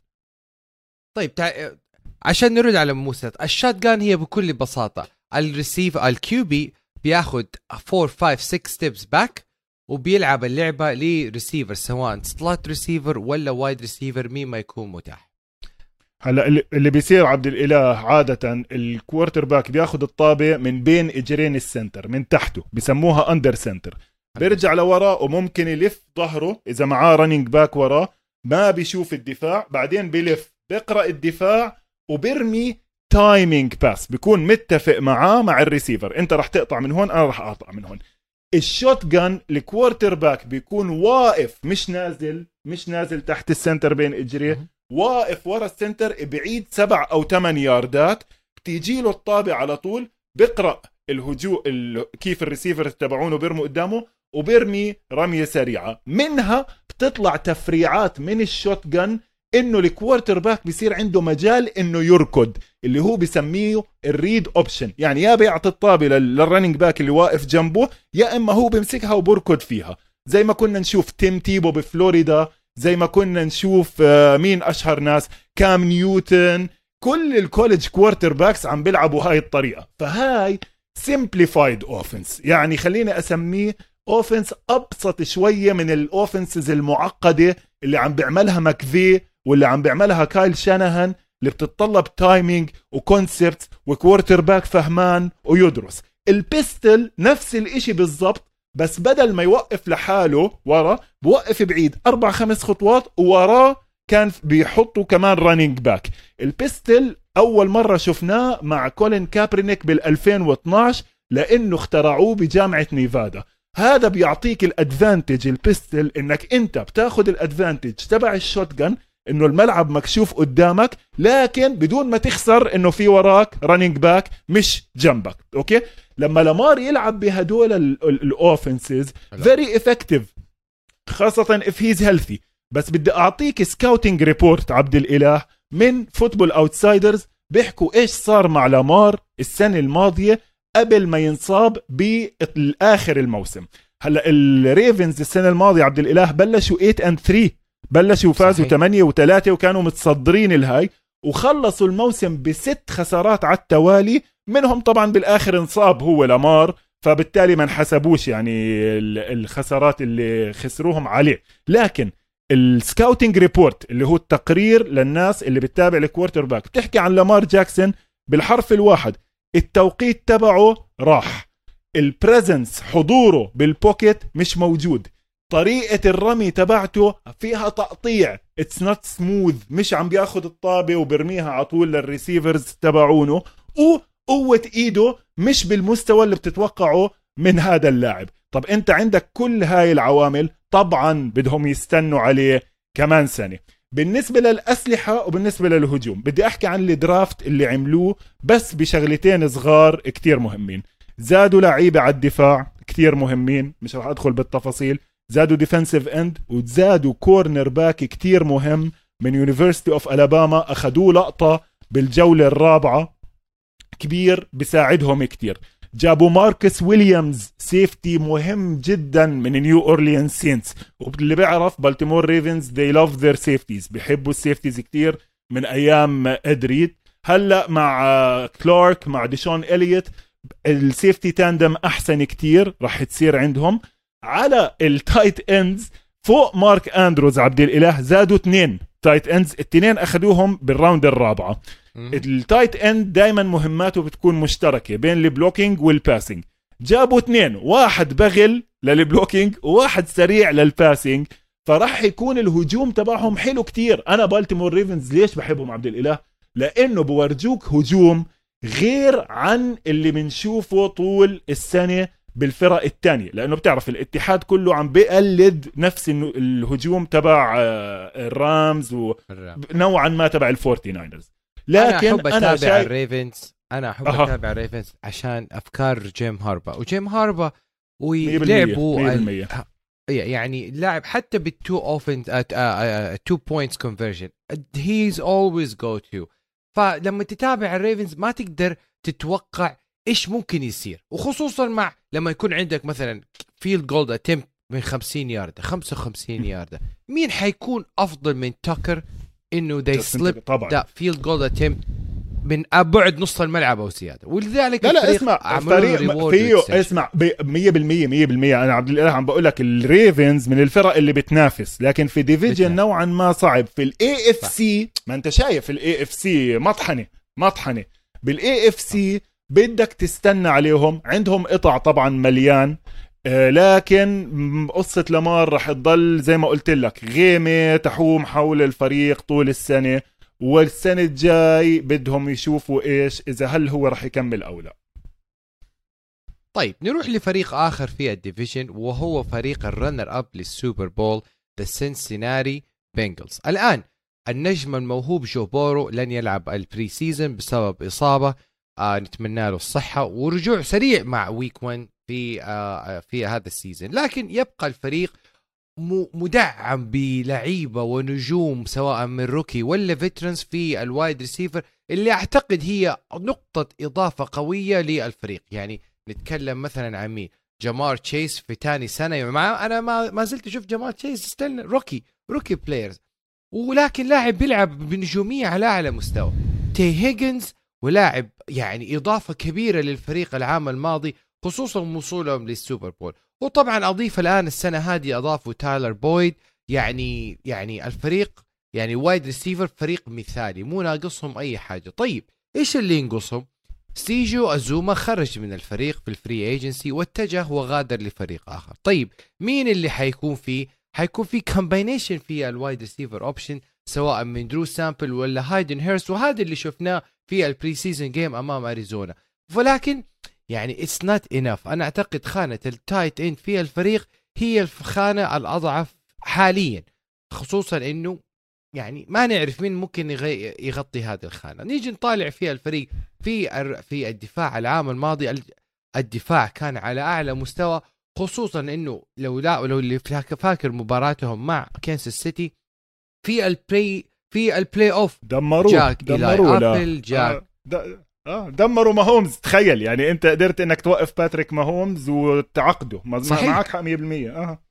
A: طيب تع... عشان نرد على موسى، الشوت جن هي بكل بساطة الريسيف الكيوبي بياخد أربعة خمسة ستة ستيبس باك وبيلعب اللعبة لريسيفر سواء سلوت ريسيفر ولا وايد ريسيفر مين ما يكون متاح.
B: هلا اللي بيصير عبد الإله عادة الكوارتر باك بياخد الطابة من بين اجرين السنتر من تحته، بيسموها اندر سنتر، بيرجع لورا وممكن يلف ظهره اذا معاه رننج باك وراه، ما بيشوف الدفاع، بعدين بيلف بيقرأ الدفاع وبيرمي تايمينج باس، بيكون متفق معاه مع الريسيفر، انت رح تقطع من هون انا رح اقطع من هون. الشوت جان الكوارتر باك بيكون واقف، مش نازل مش نازل تحت السنتر بين اجريه، واقف ورا السنتر بعيد سبع او ثمان ياردات، بتيجي له الطابة على طول، بقرأ الهجوم ال... كيف الريسيفر تبعونه بيرموا قدامه وبيرمي رمية سريعة، منها بتطلع تفريعات من الشوت جان انه الكوارتر باك بيصير عنده مجال انه يركض، اللي هو بيسميه الريد اوبشن، يعني يا بيعطي الطابة للرننج باك اللي واقف جنبه، يا اما هو بيمسكها وبركض فيها، زي ما كنا نشوف تيم تيبو بفلوريدا، زي ما كنا نشوف مين اشهر ناس، كام نيوتن، كل الكوليدج كوارتر باكس عم بيلعبوا هاي الطريقة. فهاي simplified offense، يعني خليني اسميه اوفنس ابسط شوية من الاوفنسز المعقدة اللي عم بيعملها ماكفي واللي عم بيعملها كايل شانهان، اللي بتتطلب تايمينج وكونسبت وكوارتر باك فهمان ويدرس. البيستل نفس الاشي بالضبط، بس بدل ما يوقف لحاله ورا بوقف بعيد أربع خمس خطوات ووراه كان بيحطوا كمان رانينج باك. البيستل أول مرة شفناه مع كولين كابرينيك بالألفين واثناشر لأنه اخترعوه بجامعة نيفادا. هذا بيعطيك الادفانتج البيستل، انك انت بتاخد الادفانتج تبع الشوت جن، انه الملعب مكشوف قدامك لكن بدون ما تخسر انه في وراك رانينج باك مش جنبك. اوكي، لما لامار يلعب بهدول الاوفنسز فيري افكتيف، خاصة if he's healthy. بس بدي اعطيك سكاوتينج ريبورت عبد الاله من فوتبول اوتسايدرز بيحكوا ايش صار مع لامار السنة الماضية قبل ما ينصاب بالاخر الموسم. هلا الريفنز السنة الماضية عبد الاله بلشوا ثمانية and ثلاثة، بلشوا وفازوا ثمانية وثلاثة وكانوا متصدرين الهاي، وخلصوا الموسم بست خسارات على التوالي، منهم طبعا بالاخر انصاب هو لامار، فبالتالي ما انحسبوش يعني الخسارات اللي خسروهم عليه. لكن السكاوتينج ريبورت اللي هو التقرير للناس اللي بتتابع الكوارتر باك بتحكي عن لامار جاكسون بالحرف الواحد، التوقيت تبعه راح، البريزنس حضوره بالبوكيت مش موجود، طريقة الرمي تبعته فيها تقطيع، اتس نوت سموث، مش عم بياخد الطابة وبرميها على طول للريسيفرز تبعونه، وقوة ايده مش بالمستوى اللي بتتوقعه من هذا اللاعب. طب انت عندك كل هاي العوامل، طبعا بدهم يستنوا عليه كمان سنة. بالنسبة للأسلحة وبالنسبة للهجوم بدي أحكي عن الدرافت اللي عملوه بس بشغلتين صغار كتير مهمين. زادوا لعيبة على الدفاع كتير مهمين، مش رح أدخل بالتفاصيل، زادوا ديفنسيف اند وزادوا كورنر باك كتير مهم من يونيفرسيتي اوف ألاباما، أخدوه لقطة بالجولة الرابعة، كبير بساعدهم كتير. جابوا ماركس ويليامز سيفتي مهم جدا من نيو اورليانز سينتس، واللي بيعرف بالتيمور ريفنز they love their safeties، بيحبوا السيفتيز كتير من ايام ادريد. هلا مع كلارك مع ديشون إليوت السيفتي تاندم احسن كتير راح تصير عندهم. على التايت اندز فوق مارك اندروز عبد الاله زادوا اثنين تايت اندز، الاثنين اخذوهم بالراوند الرابعه. التايت اند دائما مهماته بتكون مشتركه بين البلوكينج والباسنج، جابوا اثنين، واحد بغل للبلوكينج وواحد سريع للباسنج، فراح يكون الهجوم تبعهم حلو كتير. انا بالتيمور ريفنز ليش بحبهم عبد الاله؟ لانه بورجوك هجوم غير عن اللي بنشوفه طول السنه بالفرق الثانيه، لانه بتعرف الاتحاد كله عم بيقلد نفس الهجوم تبع الرامز ونوعا ما تبع الفورتي ناينرز. لكن
A: انا احب
B: أنا
A: اتابع
B: شايف...
A: الريفنز انا احب
B: أه.
A: اتابع الريفنز عشان افكار جيم هاربا، وجيم هاربا ولعبوا يعني لاعب حتى بالتو اوفنس تو بوينتس كونفرجن هيز اولويز جو تو. فلما تتابع الريفنز ما تقدر تتوقع ايش ممكن يصير، وخصوصا مع لما يكون عندك مثلا فيلد جولد اتمpt من خمسين ياردة خمسة وخمسين ياردة، مين حيكون افضل من تاكر انه ده يسلب ده فيلد جولد اتمpt من بعد نص الملعب او زياده؟ ولذلك
B: لا لا اسمع فريق فيه اسمع مية بالمية مية بالمية انا عبد الاله عم بقول لك الريفنز من الفرق اللي بتنافس، لكن في ديفيجن نوعا ما صعب. في الاي اف سي ما انت شايف الاي اف سي مطحنه مطحنه بالاي اف سي بدك تستنى عليهم، عندهم قطع طبعا مليان، آه لكن قصة لامار رح تضل زي ما قلت لك غيمة تحوم حول الفريق طول السنة، والسنة الجاي بدهم يشوفوا ايش اذا هل هو رح يكمل او لا.
A: طيب نروح لفريق اخر في الديفيجن وهو فريق الرنر اب للسوبر بول ذا سينسيناتي بنجلز. الان النجم الموهوب جو بورو لن يلعب البري سيزن بسبب اصابة، آه نتمنى له الصحة ورجوع سريع مع ويك واحد في آه في هذا السيزن، لكن يبقى الفريق مدعم بلعيبة ونجوم سواء من روكي ولا فيترنز في الوايد ريسيفر اللي اعتقد هي نقطة اضافة قوية للفريق. يعني نتكلم مثلا عن مين؟ جمار تشيس في تاني سنة مع انا ما ما زلت اشوف جمار تشيس ستيل روكي روكي بلايرز، ولكن لاعب بيلعب بنجومية على اعلى مستوى. تي هيجنز ولاعب يعني اضافة كبيرة للفريق العام الماضي خصوصا وصولهم للسوبر بول. وطبعا اضيف الان السنه هذه اضافوا تايلر بويد، يعني يعني الفريق يعني وايد ريسيفر فريق مثالي مو ناقصهم اي حاجه. طيب ايش اللي ينقصهم؟ سيجو ازوما خرج من الفريق في الفري ايجنسي واتجه وغادر لفريق اخر. طيب مين اللي حيكون فيه؟ حيكون في كومباينيشن في الوايد ريسيفر اوبشن سواء من درو سامبل ولا هايدن هيرست، وهذا اللي شفناه في البري سيزن جيم امام اريزونا. ولكن يعني it's not enough. أنا أعتقد خانة التايت إند في الفريق هي الخانة الأضعف حاليا، خصوصا إنه يعني ما نعرف مين ممكن يغطي هذه الخانة. نيجي نطالع فيها الفريق في في الدفاع العام الماضي، الدفاع كان على أعلى مستوى، خصوصا إنه لو لا لو اللي فاكر مباراتهم مع كانساس سيتي في البلاي في البلاي أوف
B: دمروا
A: جاك
B: دمروا
A: أبل جاك
B: آه اه دمروا ماهومز. تخيل يعني انت قدرت انك توقف باتريك ماهومز وتعقده معك مية بالمية. اه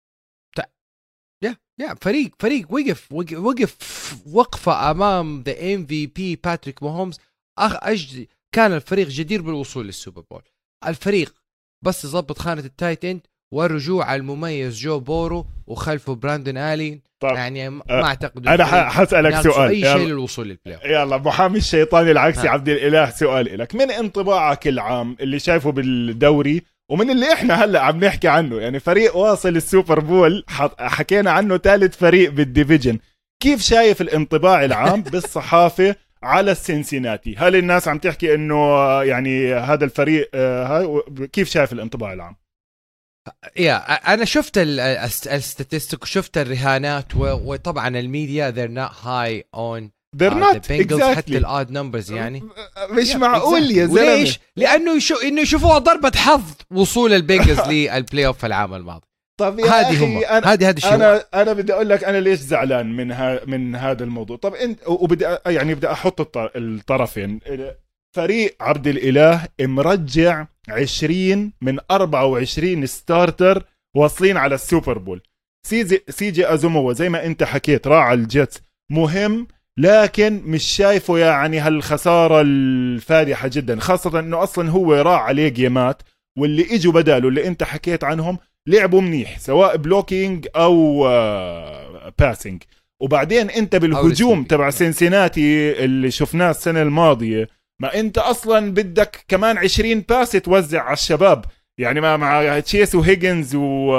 A: يا يا فريق فريق وقف وقف وقفه امام ذا ام في بي باتريك ماهومز. أج... كان الفريق جدير بالوصول للسوبر بول. الفريق بس يضبط خانه التايت اند والرجوع المميز جو بورو وخلفه براندون آلين. يعني ما
B: أه
A: اعتقد
B: انا حسألك سؤال
A: اي شيء للوصول للبلاي.
B: يلا محامي الشيطان العكسي عبد الاله، سؤال لك. من انطباعك العام اللي شايفه بالدوري ومن اللي احنا هلا عم نحكي عنه، يعني فريق واصل السوبر بول حكينا عنه ثالث فريق بالديفيجن، كيف شايف الانطباع العام بالصحافة على السنسيناتي؟ هل الناس عم تحكي انه يعني هذا الفريق كيف شايف الانطباع العام؟
A: يا انا شفت الستاتستيك وشفت الرهانات وطبعا الميديا they're not high on
B: they're
A: uh,
B: not
A: the Bengals
B: exactly.
A: حتى الاد نمبرز يعني
B: مش yeah, معقول exactly. يا
A: زلمه.
B: ليش؟
A: لانه يشو انه يشوفوها ضربه حظ وصول البنجلز للبلاي اوف في العام الماضي.
B: طب
A: هذه هم هذه هذه
B: انا انا بدي اقول لك انا ليش زعلان من ها من هذا الموضوع. طب انت وبدي يعني بدي احط الطرفين. فريق عبد الإله مرجع عشرين من أربعة وعشرين ستارتر واصلين على السوبر بول. سيجي, سيجي أزوموا زي ما انت حكيت راعى الجيتس مهم، لكن مش شايفه يعني هالخسارة الفادحة جدا، خاصة انه اصلا هو راح عليه جيمات واللي اجوا بداله اللي انت حكيت عنهم لعبوا منيح سواء بلوكينج او باسنج. وبعدين انت بالهجوم تبع سينسيناتي اللي شفناه السنة الماضية، ما انت اصلا بدك كمان عشرين باس توزع على الشباب، يعني ما مع تشيس وهيجنز و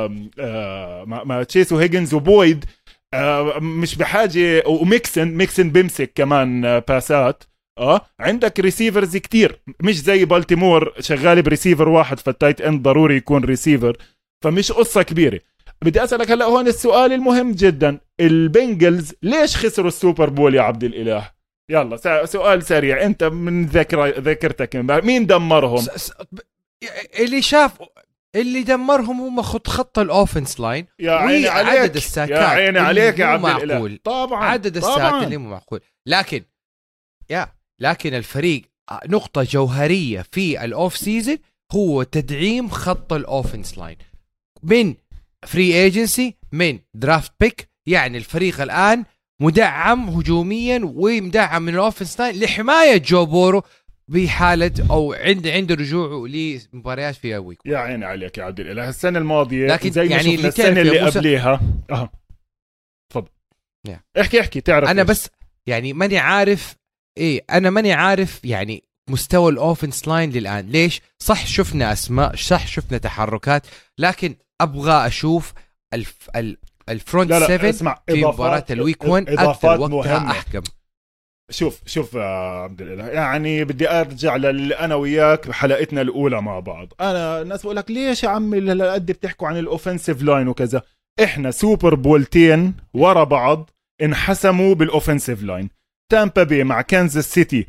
B: مع تشيس وهيجنز وبويد مش بحاجة، وميكسن ميكسن بيمسك كمان باسات. اه عندك ريسيفرز كتير، مش زي بالتيمور شغال بريسيفر واحد، فالتايت اند ضروري يكون ريسيفر، فمش قصة كبيرة. بدي أسألك هلأ هون السؤال المهم جدا، البنجلز ليش خسروا السوبر بول يا عبد الإله؟ يلا سؤال سريع، انت من ذكر ذكرتك مين دمرهم؟ س- س-
A: اللي شاف اللي دمرهم هم خط خط الاوفنس لاين،
B: يا عيني عليك
A: عدد الساكات
B: يا عيني عليك يا عبد الإله.
A: طبعا عدد الساكات اللي مو معقول، لكن يا لكن الفريق نقطة جوهرية في الاوف سيزن هو تدعيم خط الاوفنس لاين من فري ايجنسي من درافت بيك. يعني الفريق الان مدعم هجوميا ومدعم من الاوفنس لاين لحماية جو بورو بحالة او عند عند رجوعه لمباريات في ويك.
B: يا عيني عليك يا عبد الإله. السنة الماضية
A: لكن
B: زي
A: يعني
B: اللي السنة اللي موسى... قبليها اه تفضل احكي احكي تعرف
A: انا
B: ليش.
A: بس يعني ماني عارف ايه انا ماني عارف يعني مستوى الاوفنس لاين للان ليش. صح شفنا اسماء، صح شفنا تحركات، لكن ابغى اشوف الف... الفرونت سبعة في مباراة الويك واحد اكثر وقتها احكم.
B: شوف شوف يا عبد الإله، يعني بدي ارجع للي انا وياك بحلقتنا الاولى مع بعض. انا الناس بقول لك ليش يا عمي هالقد بتحكوا عن الاوفنسيف لاين وكذا؟ احنا سوبر بولتين ورا بعض انحسموا بالاوفنسيف لاين. تامبا بي مع كانزاس سيتي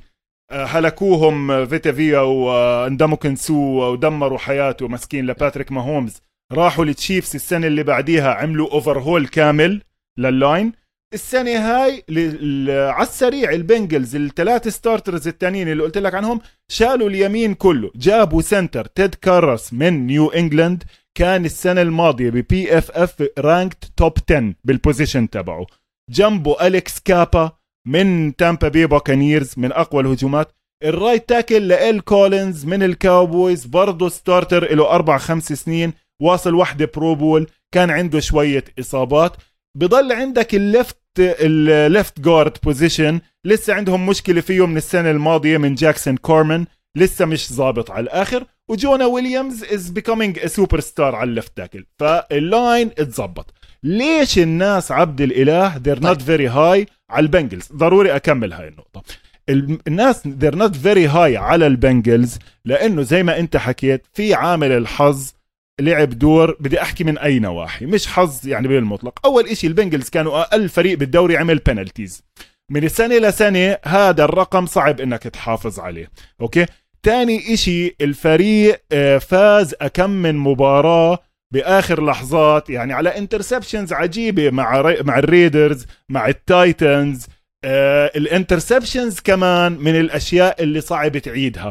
B: هلكوهم فيتافيا واندموا كنسو ودمروا حياته مسكين لباتريك ماهومز. راحوا للتشيفز السنة اللي بعديها عملوا اوفرهول كامل لللاين. السنة هاي على السريع البنجلز الثلاث ستارترز التانيين اللي قلت لك عنهم شالوا اليمين كله، جابوا سنتر تيد كارس من نيو انجلاند، كان السنة الماضية ببي اف اف رانكت توب عشرة بالبوزيشن تبعه. جنبه أليكس كابا من تامبا بي باكانيرز من أقوى الهجومات. الرايت تاكل لإل كولينز من الكاوبويز برضو ستارتر له أربع خمس سنين، واصل واحدة بروبول، كان عنده شوية إصابات. بضل عندك الليفت الليفت جارد بوزيشن لسه عندهم مشكلة فيه من السنة الماضية من جاكسون كورمان، لسه مش ضابط على الآخر. وجونا ويليامز is becoming a superstar على الليفت تاكل، فاللاين اتظبط. ليش الناس عبد الإله they're not very high على البنجلز؟ ضروري أكمل هاي النقطة. الناس they're not very high على البنجلز لأنه زي ما أنت حكيت في عامل الحظ لعب دور. بدي أحكي من أي نواحي، مش حظ يعني بالمطلق. أول إشي البنجلز كانوا أقل فريق بالدوري عمل بينالتيز من السنة لسنة، هذا الرقم صعب إنك تحافظ عليه. أوكي. تاني إشي الفريق فاز أكم من مباراة بآخر لحظات، يعني على انترسبشنز عجيبة مع مع الريدرز مع التايتنز. آه الانترسبشنز كمان من الأشياء اللي صعب تعيدها.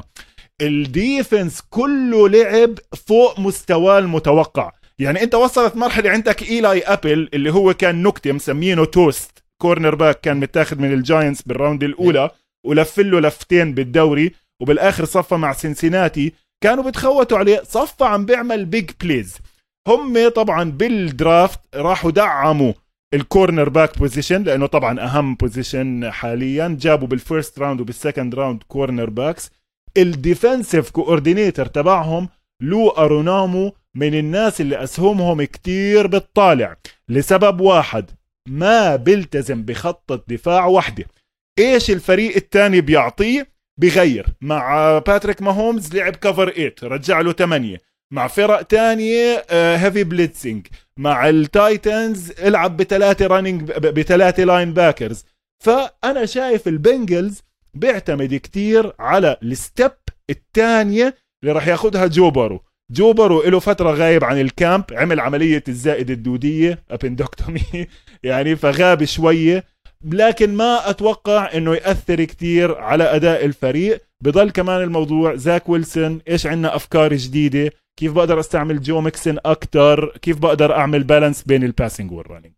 B: الديفنس كله لعب فوق مستوى المتوقع. يعني انت وصلت مرحلة عندك إيلاي أبل اللي هو كان نكتة مسمينه توست كورنر باك، كان متاخد من الجاينتس بالراوند الأولى ولفله لفتين بالدوري وبالآخر صفى مع سينسيناتي، كانوا بتخوتوا عليه، صفى عم بيعمل بيج بليز. هم طبعا بالدرافت راحوا دعموا الكورنر باك بوزيشن لأنه طبعا أهم بوزيشن حاليا، جابوا بالفيرست راوند وبالسكند راوند كورنر باكس. الديفنسيف كوردينيتر تبعهم لو أرونامو من الناس اللي أسهمهم كتير بالطالع لسبب واحد، ما بيلتزم بخطة دفاع واحدة. إيش الفريق التاني بيعطيه؟ بغير. مع باتريك ماهومز لعب كفر ثمانية رجع له ثمانية، مع فرق تانية هيفي بليتسينج، مع التايتنز العب بثلاثة رانينج بثلاثة لاين باكرز. فأنا شايف البنجلز بيعتمد كتير على الستيب الثانية اللي راح ياخدها جو بارو. جو بارو له فترة غايب عن الكامب، عمل عملية الزائد الدودية أبندوكتومي يعني فغاب شوية، لكن ما أتوقع أنه يأثر كتير على أداء الفريق. بضل كمان الموضوع زاك ويلسون ايش عنا افكار جديده، كيف بقدر استعمل جو ميكسن اكتر، كيف بقدر اعمل بالانس بين الباسنج والرننج.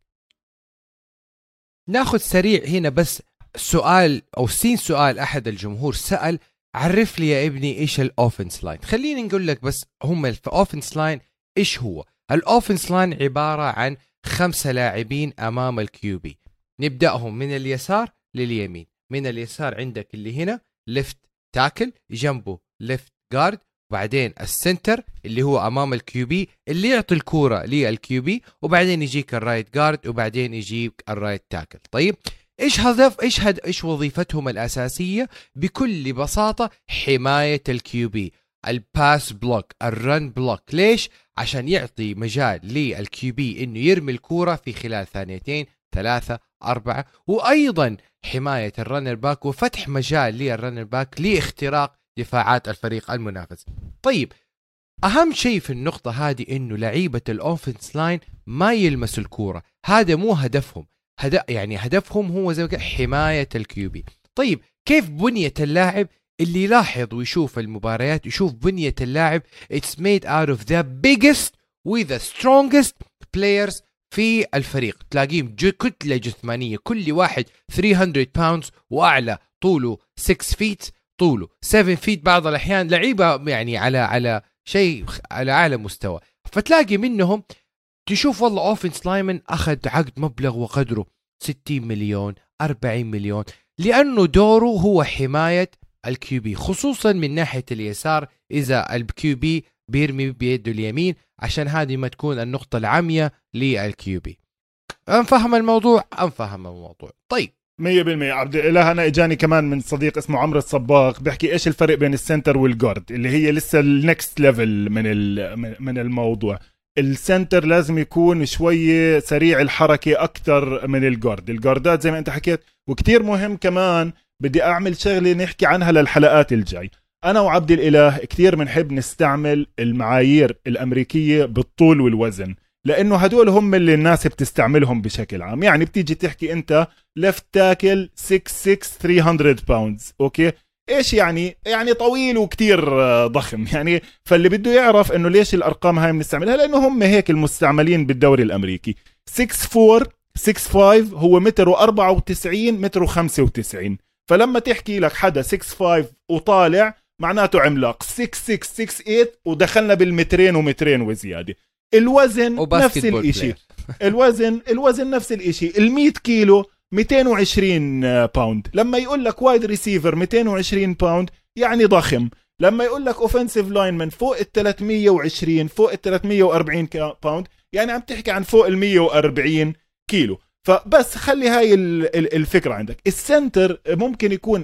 A: ناخذ سريع هنا بس سؤال او سين سؤال احد الجمهور سأل عرف لي يا ابني ايش الاوفنس لاين. خليني نقول لك بس هم الاوفنس لاين ايش هو. الاوفنس لاين عباره عن خمسه لاعبين امام الكيوبي، نبداهم من اليسار لليمين. من اليسار عندك اللي هنا ليفت تاكل، جنبه ليفت جارد، وبعدين السنتر اللي هو امام الكيوبي اللي يعطي الكوره للكيوبي، وبعدين يجيك الرايت جارد، وبعدين يجيك الرايت تاكل. طيب ايش هدف ايش هد ايش وظيفتهم الاساسيه؟ بكل بساطه حمايه الكيوبي، الباس بلوك، الرن بلوك. ليش؟ عشان يعطي مجال للكيوبي انه يرمي الكوره في خلال ثانيتين ثلاثه اربعه، وايضا حمايه الرنر باك وفتح مجال للرنر باك لاختراق دفاعات الفريق المنافس. طيب اهم شيء في النقطه هذه انه لعيبه الاوفنس لاين ما يلمسوا الكوره، هذا مو هدفهم. هدف يعني هدفهم هو زي حمايه الكيوبي. طيب كيف بنيه اللاعب؟ اللي يلاحظ ويشوف المباريات يشوف بنيه اللاعب it's made out of the biggest with the strongest players في الفريق. تلاقيهم كتله جسمانيه، كل واحد ثلاثمية باوندز واعلى، طوله ستة فيت، طوله سبعة فيت بعض الاحيان، لعيبه يعني على على شيء على اعلى مستوى. فتلاقي منهم تشوف والله اوفنس لايمن اخذ عقد مبلغ وقدره ستين مليون أربعين مليون، لانه دوره هو حمايه الكيوبي، خصوصا من ناحيه اليسار اذا الكيوبي بيرمي بيده اليمين، عشان هذه ما تكون النقطه العمياء للكيوبي. انفهم الموضوع انفهم الموضوع. طيب
B: مية بالمية عبد الإله. أنا إجاني كمان من صديق اسمه عمرو الصباغ بيحكي إيش الفرق بين السنتر والجارد، اللي هي لسه النكست ليفل من من الموضوع. السنتر لازم يكون شوية سريع الحركة أكتر من الجارد. الجاردات زي ما أنت حكيت، وكتير مهم كمان بدي أعمل شغلة نحكي عنها للحلقات الجاي. أنا وعبد الإله كتير بنحب نستعمل المعايير الأمريكية بالطول والوزن، لأنه هدول هم اللي الناس بتستعملهم بشكل عام. يعني بتيجي تحكي أنت left tackle ستة ستة ثلاثمية باوندز، أوكي إيش يعني؟ يعني طويل وكتير ضخم يعني. فاللي بده يعرف إنه ليش الأرقام هاي بنستعملها، لأنه هم هيك المستعملين بالدوري الأمريكي. ستة أربعة ستة خمسة هو متر وأربعة وتسعين متر وخمسة وتسعين. فلما تحكي لك حدا ستة خمسة وطالع معناته عملاق. ستة ستة ستة ثمانية ودخلنا بالمترين ومترين وزيادة. الوزن نفس الاشي الوزن الوزن نفس الاشي. المية كيلو مئتين وعشرين باوند. لما يقول لك وايد ريسيفر مئتين وعشرين باوند يعني ضخم. لما يقول لك اوفنسيف لاينمن فوق ال ثلاثمية وعشرين فوق ال ثلاثمية وأربعين باوند يعني عم تحكي عن فوق ال مية وأربعين كيلو. فبس خلي هاي الفكرة عندك. السنتر ممكن يكون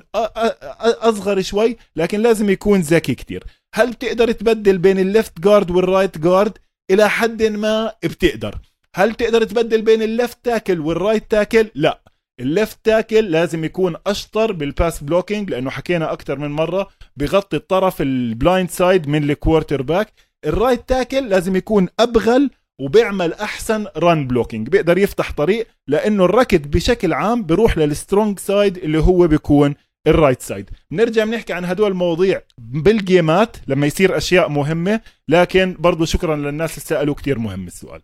B: أصغر شوي لكن لازم يكون ذكي كتير. هل تقدر تبدل بين الليفت جارد والرايت جارد؟ إلى حد ما بتقدر. هل تقدر تبدل بين الليفت تاكل والرايت تاكل؟ لا. الليفت تاكل لازم يكون أشطر بالباس بلوكينج، لأنه حكينا أكتر من مرة بغطي الطرف البلايند سايد من الكوارتر باك. الرايت تاكل لازم يكون أبغل وبيعمل أحسن ران بلوكينج، بيقدر يفتح طريق، لأنه الركض بشكل عام بيروح للسترونج سايد اللي هو بيكون الرايت سايد. نرجع بنحكي عن هدول المواضيع بالجيمات لما يصير أشياء مهمة، لكن برضو شكرا للناس اللي سألوا، كتير مهم السؤال.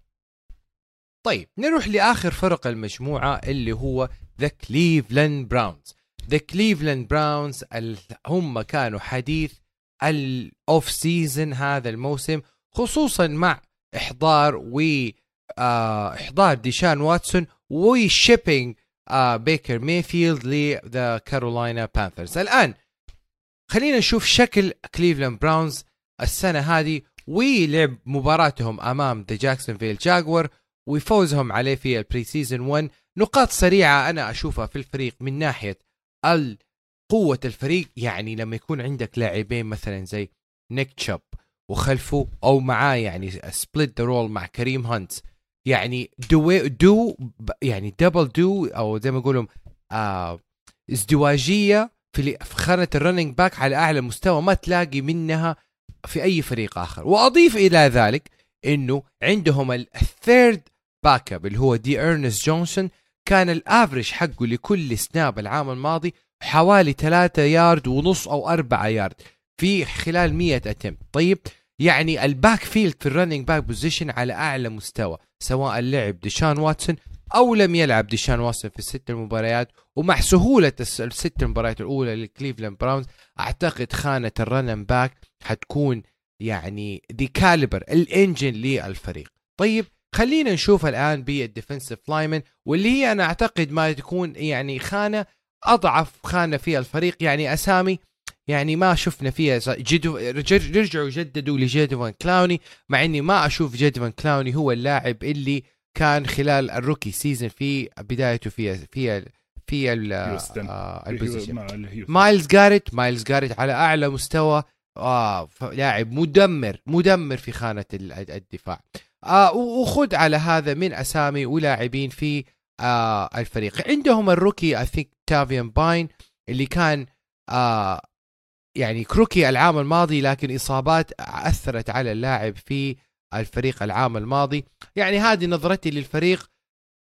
A: طيب نروح لآخر فرق المجموعة اللي هو The Cleveland Browns. The Cleveland Browns هم كانوا حديث الأوف سيزن هذا الموسم، خصوصا مع إحضار و آه إحضار ديشان واتسون وشيبينج آه بيكر مايفيلد لذا كارولاينا بانثرز. الآن خلينا نشوف شكل كليفلاند براونز السنة هذه ولعب مباراتهم أمام ذا جاكسونفيل جاغوار وفوزهم عليه في البري سيزن واحد. نقاط سريعة أنا أشوفها في الفريق من ناحية قوة الفريق. يعني لما يكون عندك لاعبين مثلا زي نيك تشاب وخلفه أو معاه يعني سبليت ذا رول مع كريم هانت، يعني دو دو يعني دبل دو أو زي ما يقولون آه ازدواجية في خانة الرننج باك على أعلى مستوى ما تلاقي منها في أي فريق آخر. وأضيف إلى ذلك إنه عندهم الثيرد باك اب اللي هو دي إرنست جونسون، كان الافريج حقه لكل سناب العام الماضي حوالي ثلاثة يارد ونص أو أربعة يارد في خلال مية أتم. طيب يعني الباك فيلد في الرننج باك بوزيشن على أعلى مستوى، سواء لعب ديشان واتسون أو لم يلعب ديشان واتسون في الست المباريات. ومع سهولة الست المباريات الأولى للكليفلاند براونز أعتقد خانة الرننج باك حتكون يعني دي كاليبر الانجن للفريق. طيب خلينا نشوف الآن بالديفنسيف لايمن، واللي هي أنا أعتقد ما تكون يعني خانة أضعف خانة فيها الفريق. يعني أسامي يعني ما شفنا فيها جدو رجعوا جددوا لجيدوان كلاوني، مع إني ما أشوف جيدوان كلاوني هو اللاعب اللي كان خلال الروكي سيزن في بدايته فيها فيها في البوزيشن. مايلز جاريت مايلز جاريت على أعلى مستوى، آه لاعب مدمر مدمر في خانة الدفاع. آه وخد على هذا من أسامي ولاعبين في آه الفريق. عندهم الروكي I think تافيان باين اللي كان آه يعني كروكي العام الماضي، لكن إصابات أثرت على اللاعب في الفريق العام الماضي. يعني هذه نظرتي للفريق.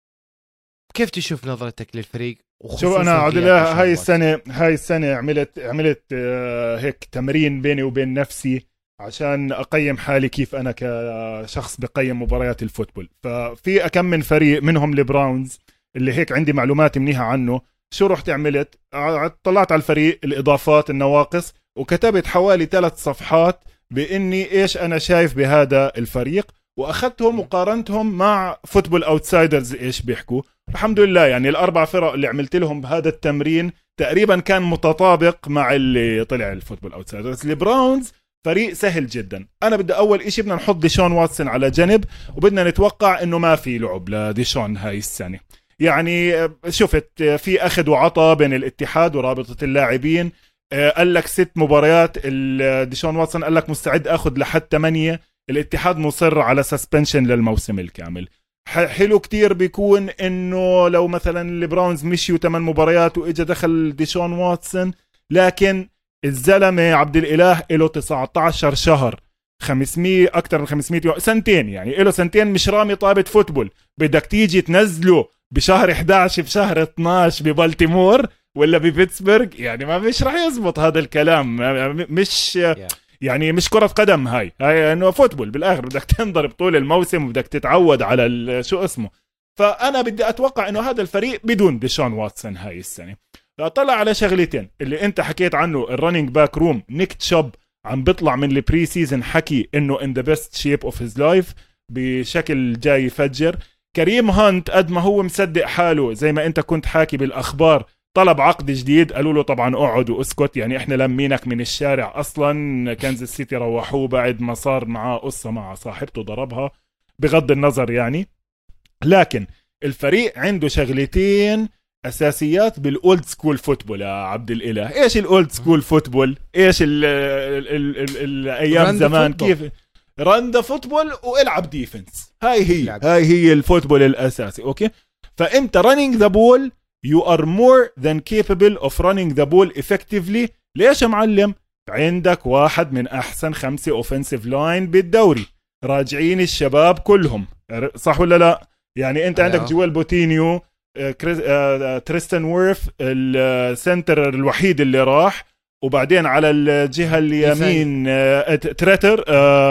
A: كيف تشوف نظرتك للفريق؟
B: شوف أنا عدلا هاي السنة هاي السنة عملت عملت آه هيك تمرين بيني وبين نفسي عشان أقيم حالي كيف أنا كشخص بقيم مباريات الفوتبول. ففي أكم من فريق منهم البراونز اللي هيك عندي معلومات منيحة عنه. شو رحت عملت؟ طلعت على الفريق، الإضافات، النواقص، وكتبت حوالي ثلاث صفحات بإني إيش أنا شايف بهذا الفريق، وأخذتهم وقارنتهم مع فوتبول أوتسايدرز إيش بيحكوا. الحمد لله يعني الأربع فرق اللي عملت لهم بهذا التمرين تقريبا كان متطابق مع اللي طلع الفوتبول أوتسايدرز. البراونز فريق سهل جدا. أنا بدي أول إشي بدنا نحط ديشون واتسون على جنب، وبدنا نتوقع إنه ما في لعب لديشون هاي السنة. يعني شفت في أخذ وعطى بين الاتحاد ورابطة اللاعبين. قال لك ست مباريات ديشون واتسون قال لك مستعد أخذ لحد ثمانية. الاتحاد مصر على سسبنشن للموسم الكامل. حلو كتير بيكون إنه لو مثلا البراونز مشيوا ثمان مباريات وإجا دخل ديشون واتسون، لكن الزلمة عبد الإله له تسعة عشر شهر، خمسمية أكتر من خمسمية يوم، سنتين يعني له سنتين مش رامي طابة فوتبول. بدك تيجي تنزله بشهر إحدى عشر بشهر اثناشر ببالتيمور ولا ببيتسبرغ؟ يعني ما مش راح يزبط هذا الكلام. مش يعني مش كرة قدم هاي هاي انه فوتبول بالاخر بدك تنضرب طول الموسم وبدك تتعود على شو اسمه. فانا بدي اتوقع انه هذا الفريق بدون ديشون واتسون هاي السنة. طلع على شغلتين اللي انت حكيت عنه، الرننج باك روم. نيك تشوب عم بيطلع من البري سيزن حكي انه in the best shape of his life، بشكل جاي يفجر. كريم هانت قد ما هو مصدق حاله زي ما انت كنت حاكي بالاخبار، طلب عقد جديد. قالوا له طبعا اقعد واسكت، يعني احنا لمينك من الشارع اصلا. كانزاس سيتي روحوه بعد ما صار معاه قصة مع صاحبته ضربها، بغض النظر يعني. لكن الفريق عنده شغلتين اساسيات بالاولد سكول فوتبول يا عبد الاله. ايش الاولد سكول فوتبول؟ ايش ال ال ال ال الايام زمان كيف رندا فوتبول والعب ديفنس. هاي هي لعب. هاي هي الفوتبول الاساسي. اوكي، فانت running the ball you are more than capable of running the ball effectively. ليش يا معلم؟ عندك واحد من احسن خمسة offensive line بالدوري، راجعين الشباب كلهم، صح ولا لا؟ يعني انت عندك جويل بوتينيو، تريستن وورف السنتر الوحيد اللي راح، وبعدين على الجهة اليمين تريتر،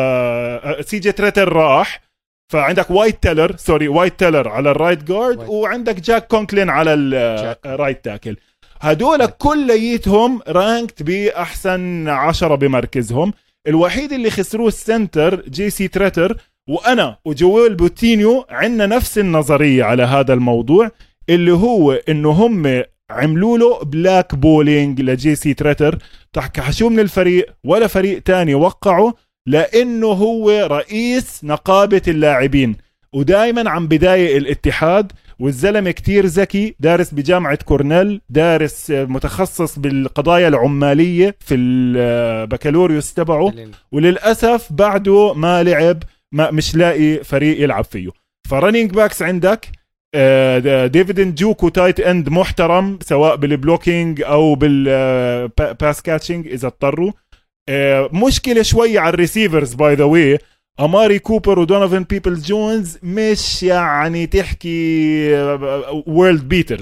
B: سي جي تريتر راح. فعندك وايت تيلر سوري وايت تيلر على الرايت جارد، وعندك جاك كونكلين على الرايت تاكل. هدول كليتهم رانكت بأحسن عشرة بمركزهم. الوحيد اللي خسروه السنتر جي سي تريتر، وأنا وجويل بوتينيو عندنا نفس النظرية على هذا الموضوع، اللي هو إنه هم عملوا له بلاك بولينج لجي سي تريتر. تحكوا من الفريق ولا فريق تاني وقعه، لأنه هو رئيس نقابة اللاعبين ودائما عم بداية الاتحاد. والزلمة كتير ذكي، دارس بجامعة كورنيل، دارس متخصص بالقضايا العمالية في البكالوريوس تبعه، وللأسف بعده ما لعب، ما مش لاقي فريق يلعب فيه. فرنينج باكس عندك ديفيد نجوكو تايت اند محترم، سواء بالبلوكينج او بالباس كاتشنج اذا اضطروا. مشكلة شوية على الريسيفرز باي ذا واي، أماري كوبر ودونوفن بيبل جونز مش يعني تحكي وورلد بيترز.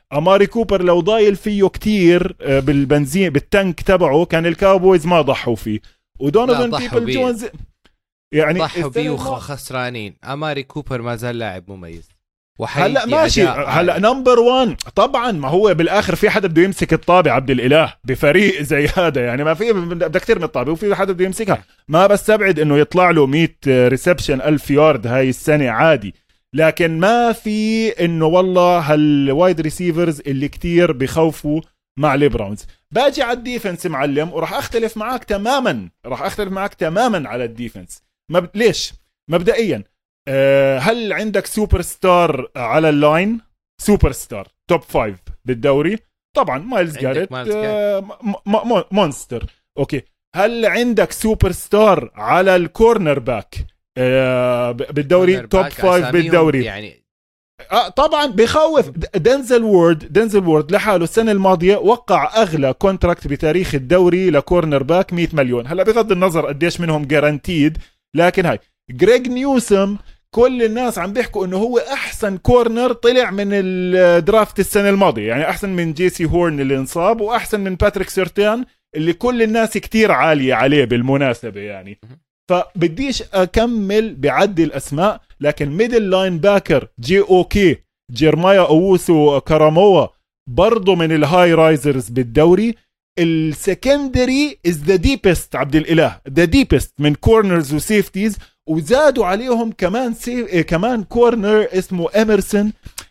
B: اماري كوبر لو ضايل فيه كتير بالبنزين بالتانك تبعه كان الكاوبويز ما ضحوا فيه. ودونوفن بيبل جونز
A: يعني ضحوا بيه وخسرانين. اماري كوبر ما زال لاعب مميز.
B: هلا ماشي هلا نمبر وان طبعا. ما هو بالاخر في حدا بده يمسك الطابع عبد الاله بفريق زي هذا يعني ما في بدك كثير من الطابع وفي حدا بده يمسكها. ما بستبعد انه يطلع له مية ريسبشن ألف يارد هاي السنه عادي. لكن ما في انه والله هالوايد ريسيفرز اللي كتير بخوفوا مع البراونز. باجي على الديفنس معلم وراح اختلف معك تماما راح اختلف معك تماما على الديفنس. مب... ليش مبدئيا أه هل عندك سوبر ستار على اللاين؟ سوبر ستار توب فايف بالدوري طبعا مايلز جاريت أه م... م... مونستر. اوكي هل عندك سوبر ستار على الكورنر باك أه بالدوري توب فايف بالدوري
A: يعني
B: آه طبعا بخوف. دنزل وورد دنزل وورد لحاله السنه الماضيه وقع اغلى كونتراكت بتاريخ الدوري لكورنر باك مية مليون. هلا بغض النظر قديش منهم جارانتيد لكن هاي جريج نيوسم كل الناس عم بيحكوا انه هو احسن كورنر طلع من الدرافت السنه الماضيه. يعني احسن من جيسي هورن اللي انصاب واحسن من باتريك سيرتان اللي كل الناس كتير عاليه عليه بالمناسبه يعني. فبديش اكمل بعد الاسماء لكن ميدل لاين باكر جي او كي جيرمايا اووسو كاراموا برضو من الهاي رايزرز بالدوري. السكندري از ذا ديبست عبد الاله ذا ديبست من كورنرز وسيفتيز. وزادوا عليهم كمان سي... كمان كورنر اسمه اميرسون.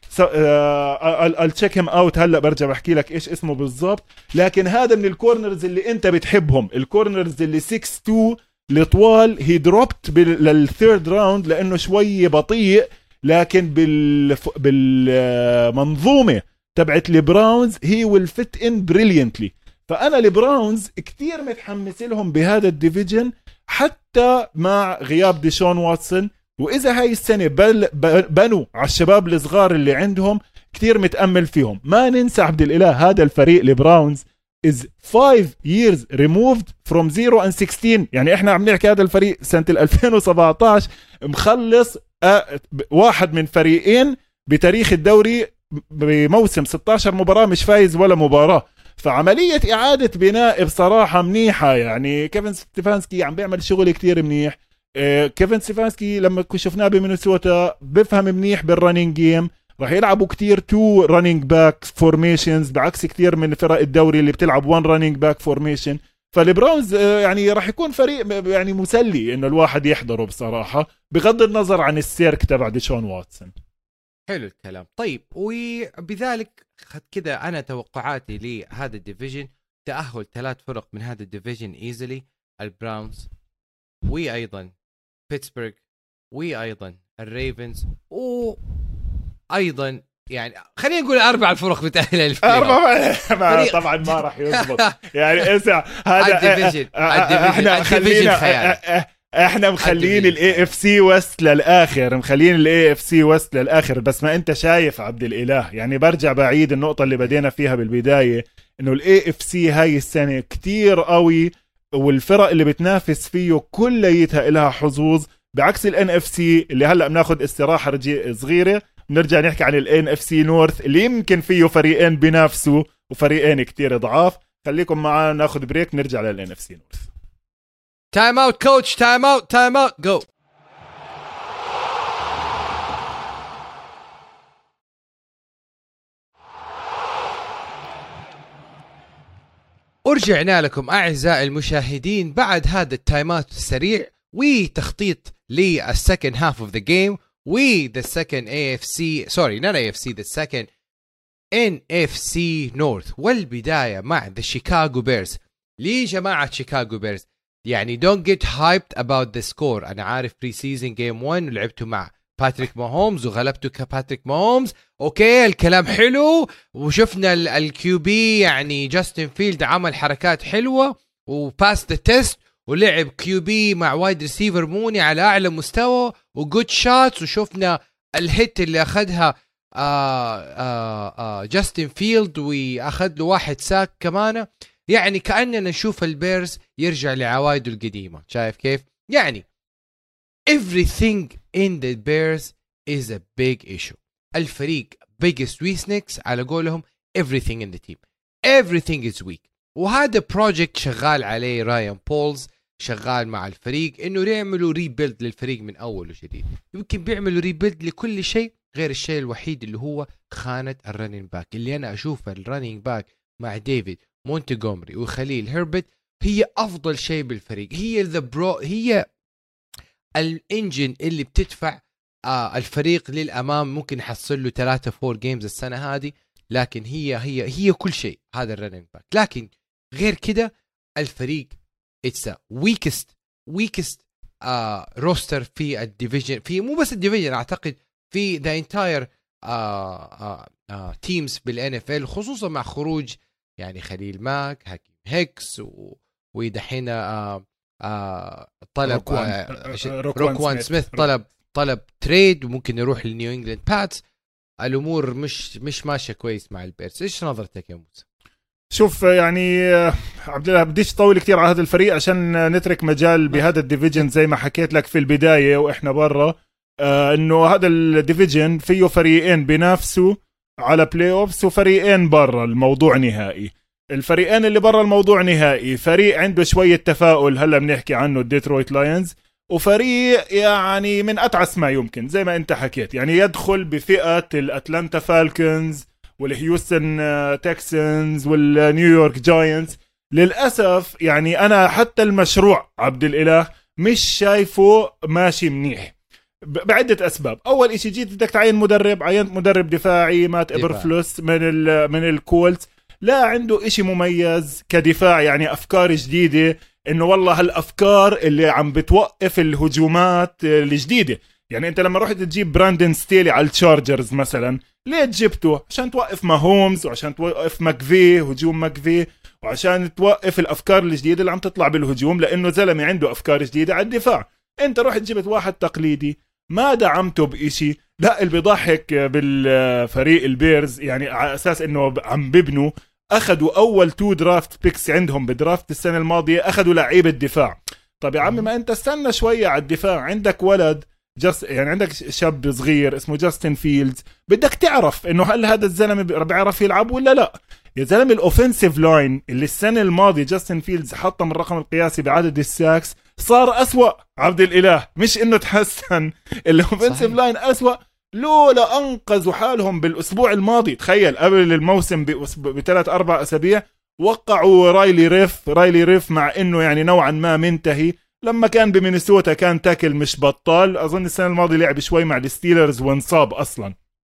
B: التشيك هيم اوت هلا برجع بحكي لك ايش اسمه بالضبط. لكن هذا من الكورنرز اللي انت بتحبهم الكورنرز اللي ستة اثنين الطوال. هي دروبت للثيرد راوند لانه شوي بطيء لكن بال بالمنظومه تبعت البراونز هي ويل فيت ان بريليانتلي. فانا البراونز كتير متحمس لهم بهذا الديفيجن حتى مع غياب ديشون واتسون. واذا هاي السنه بل بنوا على الشباب الصغار اللي عندهم كتير متامل فيهم. ما ننسى عبد الاله هذا الفريق البراونز is five years removed from zero and sixteen. يعني احنا عم نحكي هذا الفريق سنة ألفين وسبعتاشر مخلص واحد من فريقين بتاريخ الدوري بموسم ستة عشر مباراة مش فايز ولا مباراة. فعملية إعادة بناء بصراحة منيحة. يعني كيفن ستيفانسكي عم بيعمل شغل كتير منيح. كيفن ستيفانسكي لما شفناه بمينيسوتا بفهم منيح بالرننج جيم. راح يلعبوا كتير تو رانينج باك فورميشنز بعكس كتير من فرق الدوري اللي بتلعب وان رانينج باك فورميشن. فالبراونز يعني راح يكون فريق يعني مسلي انه الواحد يحضره بصراحة بغض النظر عن السيرك تبع ديشون واتسون.
A: حلو الكلام. طيب وبذلك كذا انا توقعاتي لهذا الديفيجن تأهل ثلاث فرق من هذا الديفيجن ايزلي. البراونز وايضا بيتسبرغ وايضا الريفنز وايضا يعني خلينا نقول اربع الفرق متأهله للفريق.
B: اربع طبعا ما راح يزبط يعني اسع هذا
A: الديفيجن
B: احنا خلينا احنا مخلين الاي اف سي وست للاخر مخلين الاي اف سي وست للاخر. بس ما انت شايف عبد الاله يعني برجع بعيد النقطه اللي بدينا فيها بالبدايه انه الاي اف سي هاي السنه كتير قوي والفرق اللي بتنافس فيه كليتها لها حظوظ بعكس الان اف سي اللي هلا بناخذ استراحه صغيره نرجع نحكي عن الان اف سي نورث اللي يمكن فيه فريقين بينافسوا وفريقين كتير ضعاف. خليكم معنا ناخذ بريك نرجع للان اف سي نورث.
A: تايم اوت كوتش تايم اوت تايم اوت جو. ورجعنا لكم أعزائي المشاهدين بعد هذا التايمات السريع وتخطيط للسكند هاف اوف ذا جيم و the second إيه إف سي sorry not إيه إف سي the second إن إف سي North. والبداية مع the Chicago Bears. ليه جماعة شيكاغو بيرز يعني don't get hyped about the score. أنا عارف pre-season game one ولعبتوا مع باتريك ماهومز وغلبتوا كباتريك ماهومز اوكي الكلام حلو وشفنا الكيو بي يعني جاستن فيلد عمل حركات حلوة وباس ذا تيست ولعب كيو بي مع وايد ريسيفر موني على اعلى مستوى وجود شاتس وشفنا الهيت اللي اخذها آآ آآ جاستن فيلد واخذ له واحد ساك كمان. يعني كأننا نشوف البيرز يرجع لعوايده القديمة. شايف كيف يعني everything in the Bears is a big issue. الفريق biggest weakness على قولهم everything in the team everything is weak. وهذا بروجكت شغال عليه رايان بولز، شغال مع الفريق انه يعملوا ريبيلد للفريق من اول وجديد. يمكن بيعملوا ريبيلد لكل شيء غير الشيء الوحيد اللي هو خانة الرننج باك، اللي انا اشوف الرننج باك مع ديفيد مونتجومري وخليل هيربت هي افضل شيء بالفريق. هي ذا برو، هي الانجن اللي بتدفع آه الفريق للامام. ممكن يحصل له ثلاثة فور جيمز السنه هذه، لكن هي هي هي كل شيء هذا الرننج باك. لكن غير كده الفريق اتس ويكست ويكست روستر في الديفيجن، في مو بس الديفيجن، اعتقد في ذا انتاير تيمز بالان اف ال، خصوصا مع خروج يعني خليل ماك، حكيم هيكس، و ودحين آه آه طلب
B: روكوان,
A: آه روكوان سميث طلب طلب تريد وممكن يروح لنيو انجلاند باتس. الامور مش مش ماشيه كويس مع البيرس. ايش نظرتك يا موسى؟
B: شوف يعني عبد الله بديش طول كتير على هذا الفريق عشان نترك مجال بهذا الديفيجن زي ما حكيت لك في البدايه واحنا برا، آه انه هذا الديفيجن فيه فريقين بينافسوا على بلاي اوفس وفريقين برا الموضوع نهائي. الفريقين اللي برا الموضوع نهائي فريق عنده شويه تفاؤل هلا بنحكي عنه الديترويت لايونز، وفريق يعني من أتعس ما يمكن زي ما أنت حكيت، يعني يدخل بفئة الأتلانتا فالكنز والهيوستن تكسنز والنيويورك جاينتس. للأسف يعني أنا حتى المشروع عبد الإله مش شايفه ماشي منيح بعدة أسباب. أول إشي جيت بدك تعين مدرب، عينت مدرب دفاعي مات إبرفلوس من ال من الكولت، لا عنده إشي مميز كدفاع، يعني أفكار جديدة، انه والله هالافكار اللي عم بتوقف الهجومات الجديده. يعني انت لما رحت تجيب براندن ستيلي على التشارجرز مثلا، ليه جبته؟ عشان توقف ماهومز وعشان توقف ماكفي، هجوم ماكفي، وعشان توقف الافكار الجديده اللي عم تطلع بالهجوم، لانه زلمه عنده افكار جديده على الدفاع. انت رحت جبت واحد تقليدي ما دعمته بإشي. لا اللي بيضحك بالفريق البيرز يعني على اساس انه عم ببنوا، اخذوا اول تو درافت بيكس عندهم بدرافت السنه الماضيه، اخذوا لعيبه الدفاع. طب يا عمي ما انت استنى شويه على الدفاع، عندك ولد جست يعني عندك شاب صغير اسمه جاستن فيلدز، بدك تعرف انه هل هذا الزلمه بيعرف يلعب ولا لا. يا زلمه الاوفنسيف لاين اللي السنه الماضيه جاستن فيلدز حطم الرقم القياسي بعدد الساكس صار أسوأ عبد الإله، مش إنه تحسن. الاوفنسيف لاين أسوأ لولا أنقذوا حالهم بالأسبوع الماضي. تخيل قبل الموسم بثلاث أربع أسابيع وقعوا رايلي ريف رايلي ريف مع إنه يعني نوعا ما منتهي. لما كان بمينيسوتا كان تاكل مش بطال. أظن السنة الماضية لعب شوي مع الستيلرز وانصاب أصلا.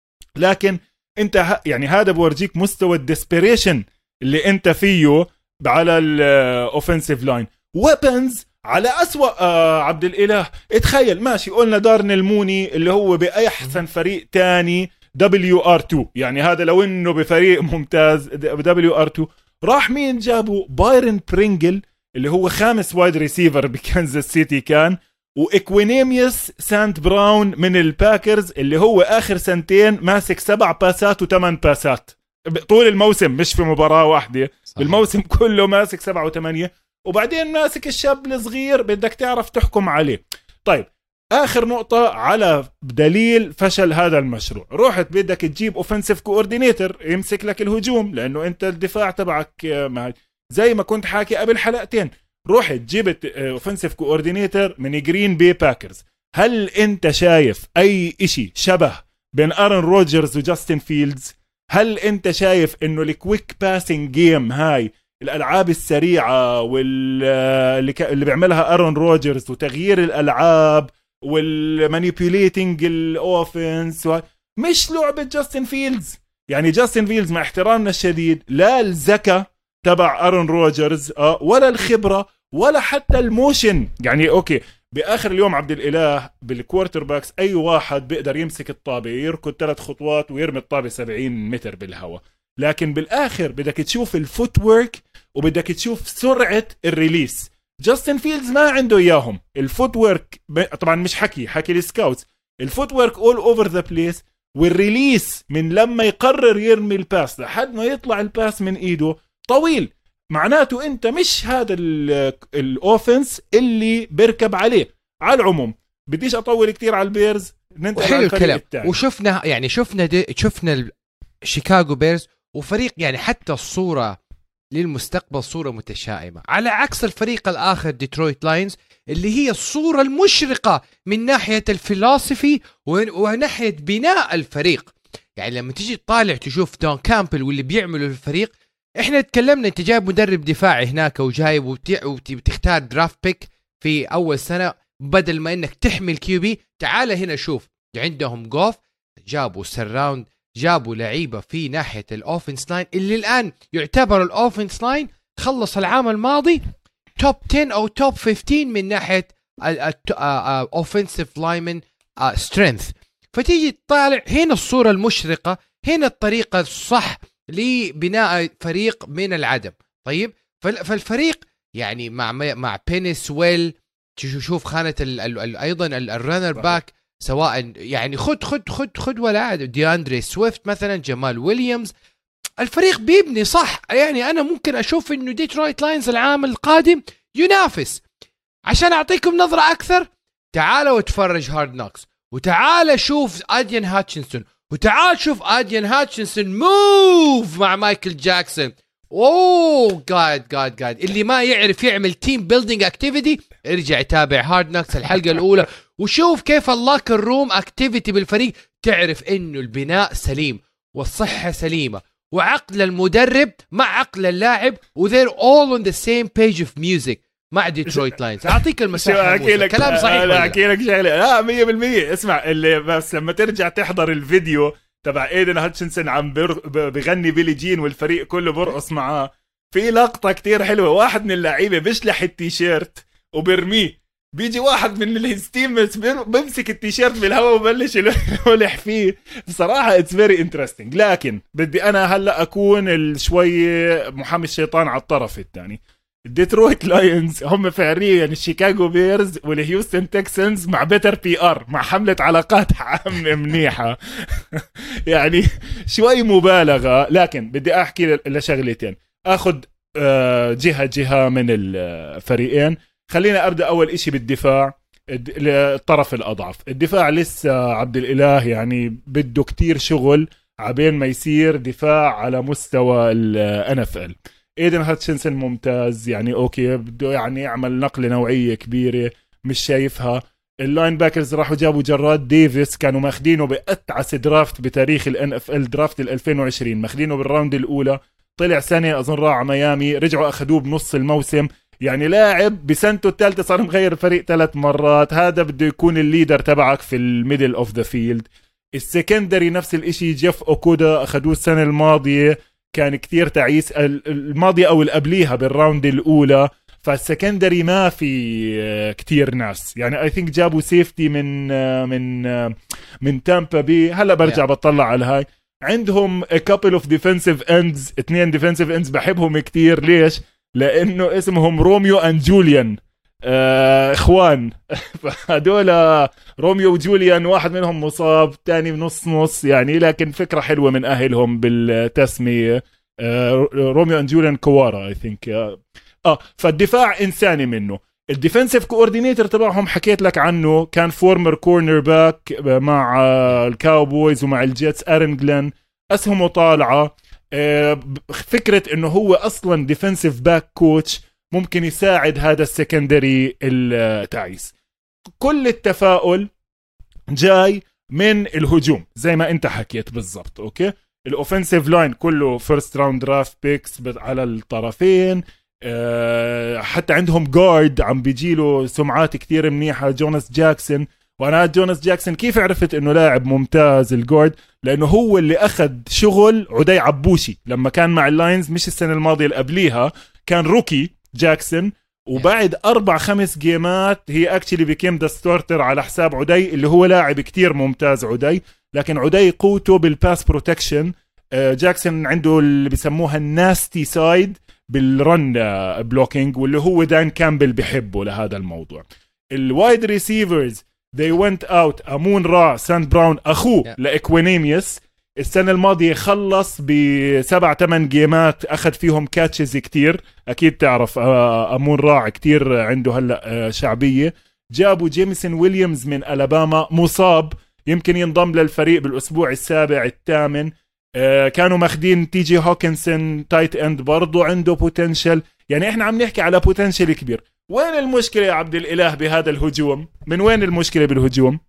B: لكن أنت ه... يعني هذا بورجيك مستوى الديسبريشن اللي أنت فيه على الأوفنسيف لاين. ويبنز على أسوأ آه عبد الإله. اتخيل ماشي قلنا دارنيل موني اللي هو بأحسن فريق تاني دبليو آر تو، يعني هذا لو إنه بفريق ممتاز دبليو آر تو. راح مين جابوا؟ بايرن برينجل اللي هو خامس وايد ريسيفر بكنزاس سيتي كان، وإكوينيميوس سانت براون من الباكرز اللي هو آخر سنتين ماسك سبع باسات وثمان باسات طول الموسم، مش في مباراة واحدة صحيح. بالموسم كله ماسك سبعة وثمانية، وبعدين ماسك الشاب الصغير بدك تعرف تحكم عليه. طيب آخر نقطة على دليل فشل هذا المشروع، روحت بدك تجيب اوفنسيف كوردينيتر يمسك لك الهجوم، لأنه أنت الدفاع تبعك زي ما كنت حاكي قبل حلقتين. روحت جيبت اوفنسيف كوردينيتر من جرين بي باكرز. هل أنت شايف أي إشي شبه بين آرون روجرز وجاستن فيلدز؟ هل أنت شايف إنه الكويك باسنج جيم هاي الألعاب السريعة واللي ك... اللي بيعملها آرون روجرز وتغيير الألعاب والمانيبيوليتنج الأوفنس و... مش لعبة جاستن فيلدز؟ يعني جاستن فيلدز مع احترامنا الشديد لا الذكاء تبع آرون روجرز أه ولا الخبرة ولا حتى الموشن. يعني أوكي بآخر اليوم عبد الإله بالكوارتر باكس أي واحد بيقدر يمسك الطابة يركض ثلاث خطوات ويرمي الطابة سبعين متر بالهواء، لكن بالآخر بدك تشوف الفوت ورك وبدك تشوف سرعة الريليس. جاستن فيلدز ما عنده إياهم. الفوت ورك طبعا مش حكي حكي السكاوتس، الفوت ورك all over the place، والريليس من لما يقرر يرمي الباس لحد ما يطلع الباس من إيده طويل. معناته أنت مش هذا الأوفنس اللي بركب عليه. على العموم بديش أطول كتير على البيرز
A: وحلو الكلام. وشفنا يعني شفنا دي شفنا شيكاغو بيرز وفريق يعني حتى الصورة للمستقبل صورة متشائمة، على عكس الفريق الآخر ديترويت لاينز اللي هي الصورة المشرقة من ناحية الفلسفي وناحية بناء الفريق. يعني لما تيجي تطالع تشوف دون كامبل واللي بيعمله الفريق، احنا تكلمنا انت جايب مدرب دفاعي هناك وجايب وتختار درافت بيك في اول سنة بدل ما انك تحمل كيوبي. تعال هنا شوف عندهم جوف، جابوا سراوند، جابوا لعيبة في ناحية الأوفنس لاين اللي الآن يعتبر الأوفنس لاين خلص العام الماضي توب عشرة أو توب خمسة عشر من ناحية أوفنسيف لايمن سترينث. فتيجي تطالع هنا الصورة المشرقة، هنا الطريقة الصح لبناء فريق من العدم. طيب فالفريق يعني مع مع بينيس ويل تشوف خانة ال ال ال أيضا الرنر باك، سواء يعني خد خد خد خد ولا دي أندري سويفت مثلا، جمال ويليامز، الفريق بيبني صح. يعني أنا ممكن أشوف إنه ديترويت لاينز العام القادم ينافس. عشان أعطيكم نظرة أكثر، تعالوا اتفرج هارد نوكس، وتعال شوف آديان هاتشنسون، وتعال شوف آديان هاتشنسون موف مع مايكل جاكسون. اوه جاد جاد جاد اللي ما يعرف يعمل تيم بيلدينج اكتيفيتي ارجع يتابع هارد نوكس الحلقة الأولى وشوف كيف اللاك الروم اكتيفيتي بالفريق، تعرف انه البناء سليم والصحة سليمة وعقل المدرب مع عقل اللاعب و they're all on the same page of music مع ديترويت لاينز. اعطيك المساحة كلام صحيح.
B: لا احكي لك شغله لا مية بالمية. اسمع اللي بس لما ترجع تحضر الفيديو تبع ايدن هاتشنسون عم بغني بيلي جين والفريق كله برقص معاه، في لقطة كتير حلوة، واحد من اللعيبة بيشلح التيشيرت وبرميه، بيجي واحد من الهستيمس بمسك التيشيرت بالهواء وبلش يلح فيه. بصراحة it's very interesting. لكن بدي أنا هلأ أكون شوي محامي الشيطان على الطرف الثاني. الديترويت لاينز هم فعليا الشيكاغو بيرز والهيوستن تكسنز مع بيتر بي ار، مع حملة علاقات عامة منيحة يعني شوي مبالغة. لكن بدي أحكي لشغلتين، أخذ جهة جهة من الفريقين. خلينا أبدأ أول إشي بالدفاع، الطرف الأضعف. الدفاع لسه عبد الإله يعني بده كتير شغل عبين ما يصير دفاع على مستوى ال إن إف إل. ايدن هاتشنسون ممتاز يعني اوكي، بده يعني يعمل نقلة نوعية كبيرة مش شايفها. اللاين باكرز راحوا جابوا جراد ديفيس، كانوا ماخدينه بأتعس درافت بتاريخ ال إن إف إل، درافت ال ألفين وعشرين، ماخدينه بالراوند الأولى، طلع سنة أظن راح ميامي، رجعوا أخدوه بنص الموسم. يعني لاعب بسنته الثالثة صار مغير الفريق ثلاث مرات، هذا بده يكون الليدر تبعك في الميدل اوف ذا فيلد. السكندري نفس الاشي، جيف اوكودا اخدوه السنة الماضية، كان كتير تعيس الماضية او القبليها بالراوند الاولى. فالسكندري ما في كتير ناس، يعني اي ثينك جابوا سيفتي من من من تامبا بي، هلا برجع yeah. بطلع على هاي. عندهم a couple of defensive ends، اثنين defensive ends بحبهم كتير. ليش؟ لانه اسمهم روميو اند جوليان، آه اخوان فهدول روميو وجوليان، واحد منهم مصاب، تاني نص نص يعني، لكن فكرة حلوة من اهلهم بالتسمية. آه روميو اند جوليان كوارا اي ثينك. اه فالدفاع انساني منه. الديفنسيف كوردينيتور تبعهم حكيت لك عنه، كان فورمر كورنر باك مع الكاوبويز ومع الجيتس، ارن جلين، اسهمه طالعة. فكرة انه هو اصلا ديفنسيف باك كوتش ممكن يساعد هذا السكندري التعيس. كل التفاؤل جاي من الهجوم زي ما انت حكيت بالضبط. اوكي، الاوفنسيف لاين كله فيرست راوند درافت بيكس على الطرفين. أه حتى عندهم جارد عم بيجيله سمعات كتير منيحة، جوناس جاكسون. وانا جوناس جاكسون كيف عرفت انه لاعب ممتاز الجارد؟ لانه هو اللي اخذ شغل عدي عبوشي لما كان مع اللاينز، مش السنة الماضية اللي قبليها، كان روكي جاكسون، وبعد اربع خمس جيمات هي اكشلي بيكيم ذا ستارتر على حساب عدي اللي هو لاعب كتير ممتاز عدي. لكن عدي قوته بالباس بروتكشن، جاكسون عنده اللي بيسموها الناستي سايد بالرن بلوكينج، واللي هو دان كامبل بيحبه لهذا الموضوع. الوايد ريسيفرز they went out. امون را ساند براون اخوه yeah. لاكوينيميوس السنة الماضية خلص بسبع ثمان جيمات اخذ فيهم كاتشز كتير. اكيد تعرف امون را كتير عنده هلا شعبية. جابوا جيمسون ويليامز من ألاباما مصاب، يمكن ينضم للفريق بالأسبوع السابع الثامن. آه كانوا ماخدين تي جي هوكنسون تايت اند برضو عنده بوتنشل. يعني احنا عم نحكي على بوتنشل كبير. وين المشكلة يا عبد الإله بهذا الهجوم؟ من وين المشكلة بالهجوم؟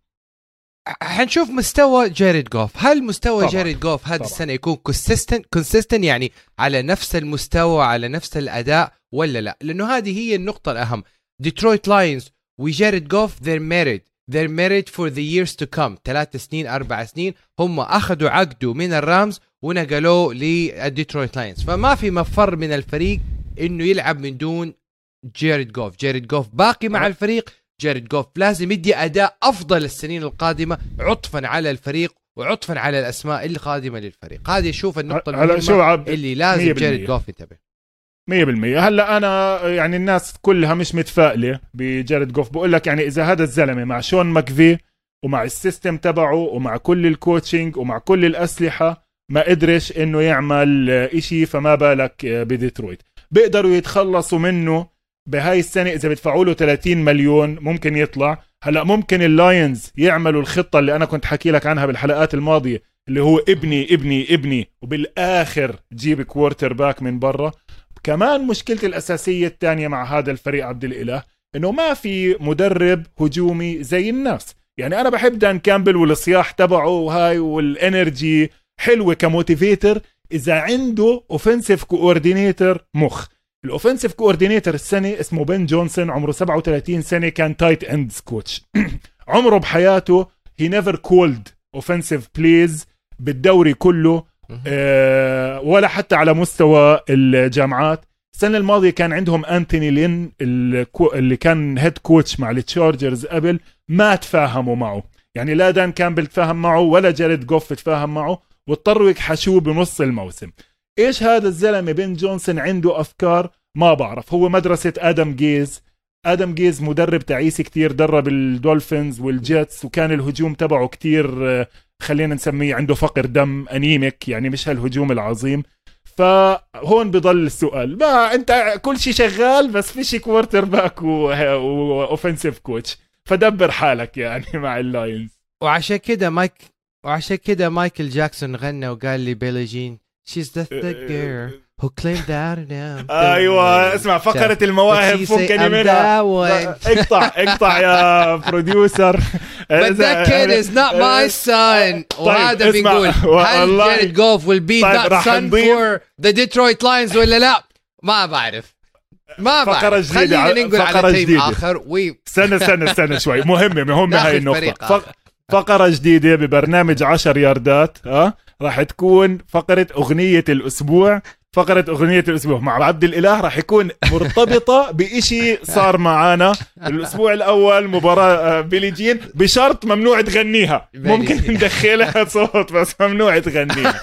A: حنشوف مستوى جاريد جوف. هل مستوى
B: طبعا.
A: جاريد جوف هذه
B: طبعا.
A: السنة يكون كونسيستنت كونسيستنت يعني على نفس المستوى على نفس الأداء ولا لا؟ لأنه هذه هي النقطة الأهم. ديترويت لاينز وجاريد جوف they're married they're married for the years to come. ثلاث سنين أربع سنين هم أخذوا عقده من الرامز ونقلوه للديترويت لاينز. فما في مفر من الفريق إنه يلعب من دون جاريد جوف. جاريد جوف باقي مع الفريق. جاريد جوف لازم يدي أداء أفضل السنين القادمة عطفا على الفريق وعطفا على الأسماء اللي قادمة للفريق. هذه شوف النقطة المهمة اللي لازم جاريد جوف ينتبه
B: مية بالمية. هلا أنا يعني الناس كلها مش متفائلة بجاريد جوف. بقول لك يعني إذا هذا الزلمة مع شون ماكفي ومع السيستم تبعه ومع كل الكوتشنج ومع كل الأسلحة ما قدرش إنه يعمل إشي، فما بالك بديترويت. بيقدروا يتخلصوا منه بهاي السنة إذا بدفعوا له ثلاثين مليون ممكن يطلع. هلأ ممكن اللاينز يعملوا الخطة اللي أنا كنت حكي لك عنها بالحلقات الماضية اللي هو ابني ابني ابني وبالآخر جيب كوارتر باك من برا. كمان مشكلة الأساسية الثانية مع هذا الفريق عبد الإله إنه ما في مدرب هجومي زي الناس. يعني أنا بحب دان كامبل والصياح تبعه وهاي والإنرجي حلوة كموتيفيتر إذا عنده أوفنسيف كوردينيتر مخ. الاوفنسيف كوردينيتور السنه اسمه بن جونسون، عمره سبعة وثلاثين سنه، كان تايت اندز كوتش. عمره بحياته هي نيفر كولد اوفنسيف بليز بالدوري كله أه ولا حتى على مستوى الجامعات. السنه الماضيه كان عندهم انتوني لين اللي كان هيد كوتش مع التشارجرز قبل، ما تفاهموا معه. يعني لا دان كامبل تفاهم معه ولا جاريد جوف تفاهم معه واضطروا يكحشوه بنص الموسم. ايش هذا الزلمه بن جونسون عنده افكار ما بعرف. هو مدرسه ادم جيز. ادم جيز مدرب تعيس كتير، درب الدولفينز والجيتس وكان الهجوم تبعه كتير خلينا نسميه عنده فقر دم انيميك، يعني مش هالهجوم العظيم. فهون بضل السؤال، ما انت كل شيء شغال بس فيش كوارتر باك واوفنسيف كوتش، فدبر حالك يعني مع اللاينز.
A: وعشان كده مايك وعشان كده مايكل جاكسون غنى وقال لي بيلي جين she's the thick girl who claimed that now.
B: ايوه اسمع فقرة المواهب فكني منها. اقطع اقطع يا بروديوسر.
A: But that kid is not my son. وهذا بنقول هل جاريد جوف will be that son for the Detroit Lions ولا لا؟ ما بعرف ما بعرف.
B: فقرة جديدة.
A: خلينا ننقل على تيم آخر. وي
B: سنة سنة سنة شوي مهمة مهمة هاي النقطة. فقرة جديدة ببرنامج عشر ياردات ها راح تكون فقرة أغنية الأسبوع. فقرة أغنية الأسبوع مع عبد الإله راح يكون مرتبطة بإشي صار معانا الأسبوع الأول، مباراة بيلي جين، بشرط ممنوع تغنيها. ممكن ندخلها صوت بس ممنوع تغنيها.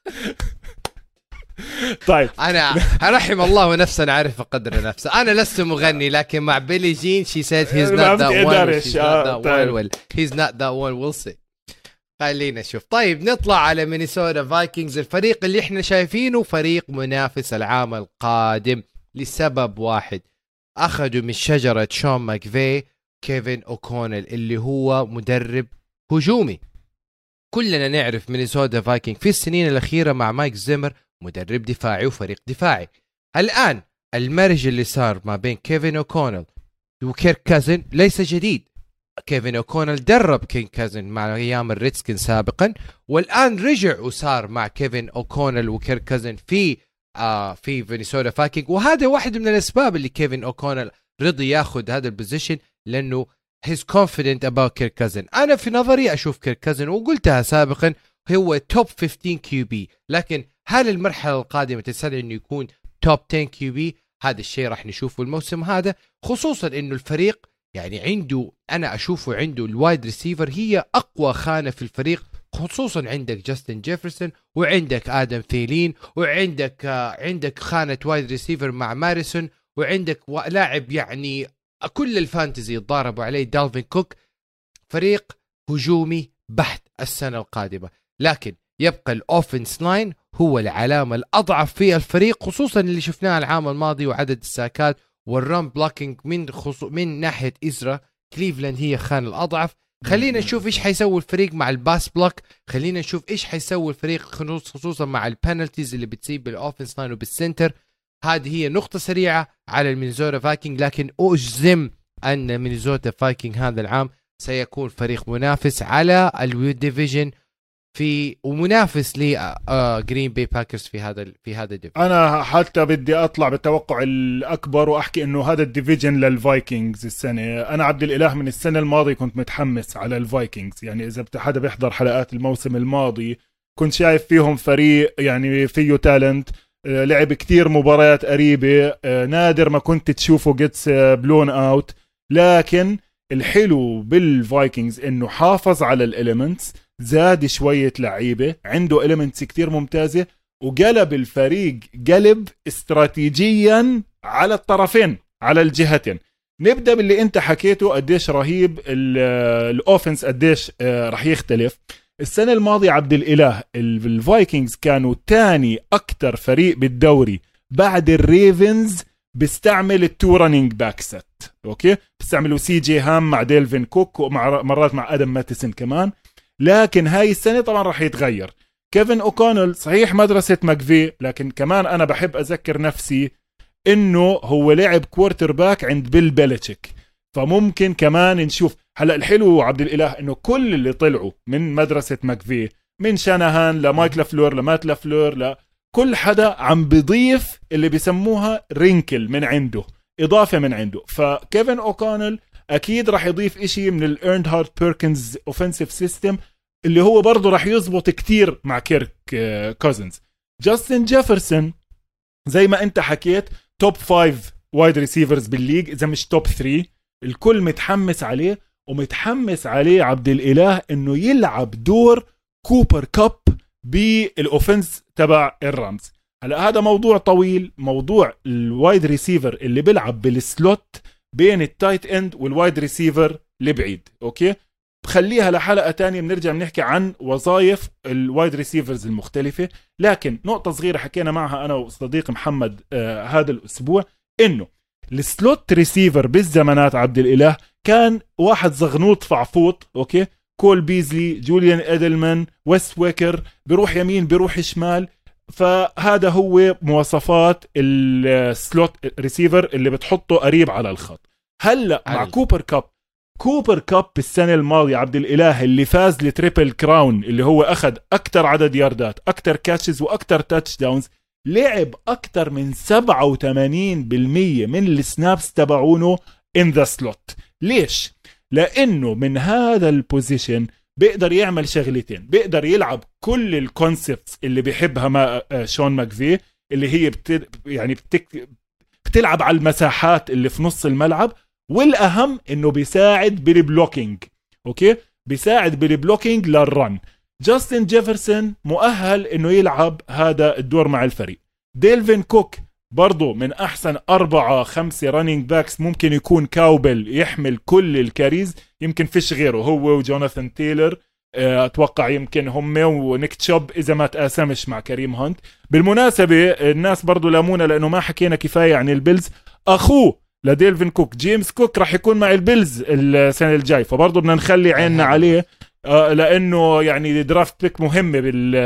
B: طيب
A: أنا هرحم الله ونفسه نعرف قدر نفسه. أنا لست مغني لكن مع بيلي جين she said he's not that one she's not that one well he's not that one we'll see. خلينا نشوف. طيب نطلع على مينيسوتا فايكنجز، الفريق اللي احنا شايفينه فريق منافس العام القادم لسبب واحد. أخذوا من شجرة شون ماكفي كيفن أوكونيل اللي هو مدرب هجومي. كلنا نعرف مينيسوتا فايكنج في السنين الأخيرة مع مايك زيمر مدرب دفاعي وفريق دفاعي. الآن المرج اللي صار ما بين كيفن أوكونيل وكيرك كازن ليس جديد. كيفن أوكونيل درب كين كازن مع أيام الريدسكن سابقا، والآن رجع وصار مع كيفن أوكونيل وكيرك كازن في آه في مينيسوتا فايكنج. وهذا واحد من الأسباب اللي كيفن أوكونيل رضي ياخذ هذا البوزيشن لأنه he's confident about كيرك كازن. أنا في نظري أشوف كيرك كازن وقلتها سابقا هو توب خمسة عشر كيو بي، لكن هل المرحلة القادمة تستدعي إنه يكون توب عشرة كيو بي؟ هذا الشيء راح نشوفه الموسم هذا، خصوصا إنه الفريق يعني عنده، أنا أشوفه عنده الوايد ريسيفر هي أقوى خانة في الفريق، خصوصا عندك جاستن جيفرسون وعندك آدم ثيلين وعندك آه عندك خانة وايد ريسيفر مع ماريسون، وعندك لاعب يعني كل الفانتزي يتضاربوا عليه دالفين كوك. فريق هجومي بحت السنة القادمة، لكن يبقى الأوفنس لاين هو العلامة الأضعف في الفريق، خصوصا اللي شفناه العام الماضي وعدد الساكات والرام بلوكينج من خصو... من ناحية إزرا كليفلاند هي خان الأضعف. خلينا نشوف ايش حيسوي الفريق مع الباس بلوك، خلينا نشوف ايش حيسوي الفريق خصوصا مع البنالتيز اللي بتصيب بالاوفنس لاين وبالسنتر. هذه هي نقطة سريعة على المينيسوتا فايكنج، لكن أجزم أن مينيسوتا فايكنج هذا العام سيكون فريق منافس على الويد ديفيجن في ومنافس ل جرين باي باكرز في هذا في هذا الديفيجن.
B: انا حتى بدي اطلع بالتوقع الاكبر واحكي انه هذا الديفيجن للفايكنجز السنه. انا عبد الاله من السنه الماضيه كنت متحمس على الفايكنجز، يعني اذا حدا بيحضر حلقات الموسم الماضي كنت شايف فيهم فريق يعني فيه تالنت، لعب كتير مباريات قريبه، نادر ما كنت تشوفه جيتس بلون اوت. لكن الحلو بالفايكنجز انه حافظ على الاليمنتس، زاد شوية لعيبة، عنده إليمنتس كتير ممتازة، وقلب الفريق قلب استراتيجيا على الطرفين على الجهتين. نبدأ باللي انت حكيته قديش رهيب الأوفنس، قديش رح يختلف. السنة الماضية عبد الإله الفايكنجز كانوا تاني أكتر فريق بالدوري بعد الريفنز بيستعمل التو رانينج باك ست. أوكي، بيستعملوا سي جي هام مع ديلفين كوك ومرات مع أدم ماتيسون كمان. لكن هاي السنة طبعا رح يتغير. كيفن أوكونيل صحيح مدرسة ماكفي، لكن كمان أنا بحب أذكر نفسي إنه هو لعب كوارتر باك عند بيل بيليتشيك، فممكن كمان نشوف. هلأ الحلو عبد الإله إنه كل اللي طلعوا من مدرسة ماكفي، من شانهان لمايك لافلور لمات لافلور لا كل حدا عم بضيف اللي بيسموها رينكل من عنده، إضافة من عنده. فكيفن أوكونيل أكيد رح يضيف إشي من الإيرند هارت بيركنز أوفنسيف سيستم اللي هو برضه رح يزبط كتير مع كيرك كوزنز. جاستن جيفرسون زي ما أنت حكيت توب فايف وايد ريسيفرز بالليج، إذا مش توب ثري. الكل متحمس عليه، ومتحمس عليه عبد الإله إنه يلعب دور كوبر كاب بالأوفنس تبع الرامز. هلا هذا موضوع طويل، موضوع الوايد ريسيفر اللي بيلعب بالسلوت بين التايت اند والوايد ريسيفر لبعيد. اوكي، بخليها لحلقة تانية بنرجع بنحكي عن وظائف الوايد ريسيفرز المختلفة. لكن نقطة صغيرة حكينا معها أنا وصديق محمد آه هذا الأسبوع، إنه السلوت ريسيفر بالزمانات عبد الإله كان واحد زغنوط فعفوط. أوكي، كول بيزلي، جوليان إدلمان، ويست ويكر، بيروح يمين بيروح شمال. فهذا هو مواصفات السلوت ريسيفر اللي بتحطه قريب على الخط. هلأ مع
A: علي.
B: كوبر كاب كوبر كاب السنة الماضية عبد الإله اللي فاز لتريبل كراون، اللي هو أخذ أكتر عدد ياردات، أكتر كاتشز، وأكتر تاتش داونز، لعب أكتر من سبعة وثمانين بالمية من السنابس تبعونه in the slot. ليش؟ لأنه من هذا البوزيشن بيقدر يعمل شغلتين، بيقدر يلعب كل الكونسبتس اللي بيحبها ما شون ماكفي، اللي هي بت... يعني بتك... بتلعب على المساحات اللي في نص الملعب، والأهم إنه بيساعد بالبلوكينج. أوكي، بيساعد بالبلوكينج للرن. جاستن جيفرسون مؤهل إنه يلعب هذا الدور مع الفريق. ديلفين كوك برضو من أحسن أربعة خمسة رانينج باكس، ممكن يكون كاوبل يحمل كل الكاريز، يمكن فيش غيره، هو وجوناثان تايلر أتوقع يمكن هم، ونيك تشوب إذا ما تقاسمش مع كريم هانت. بالمناسبة الناس برضو لامونا لأنه ما حكينا كفاية عن البيلز. أخوه لديلفين كوك جيمس كوك راح يكون مع البيلز السنة الجاي، فبرضو بدنا نخلي عيننا عليه لأنه يعني درافت بيك مهمة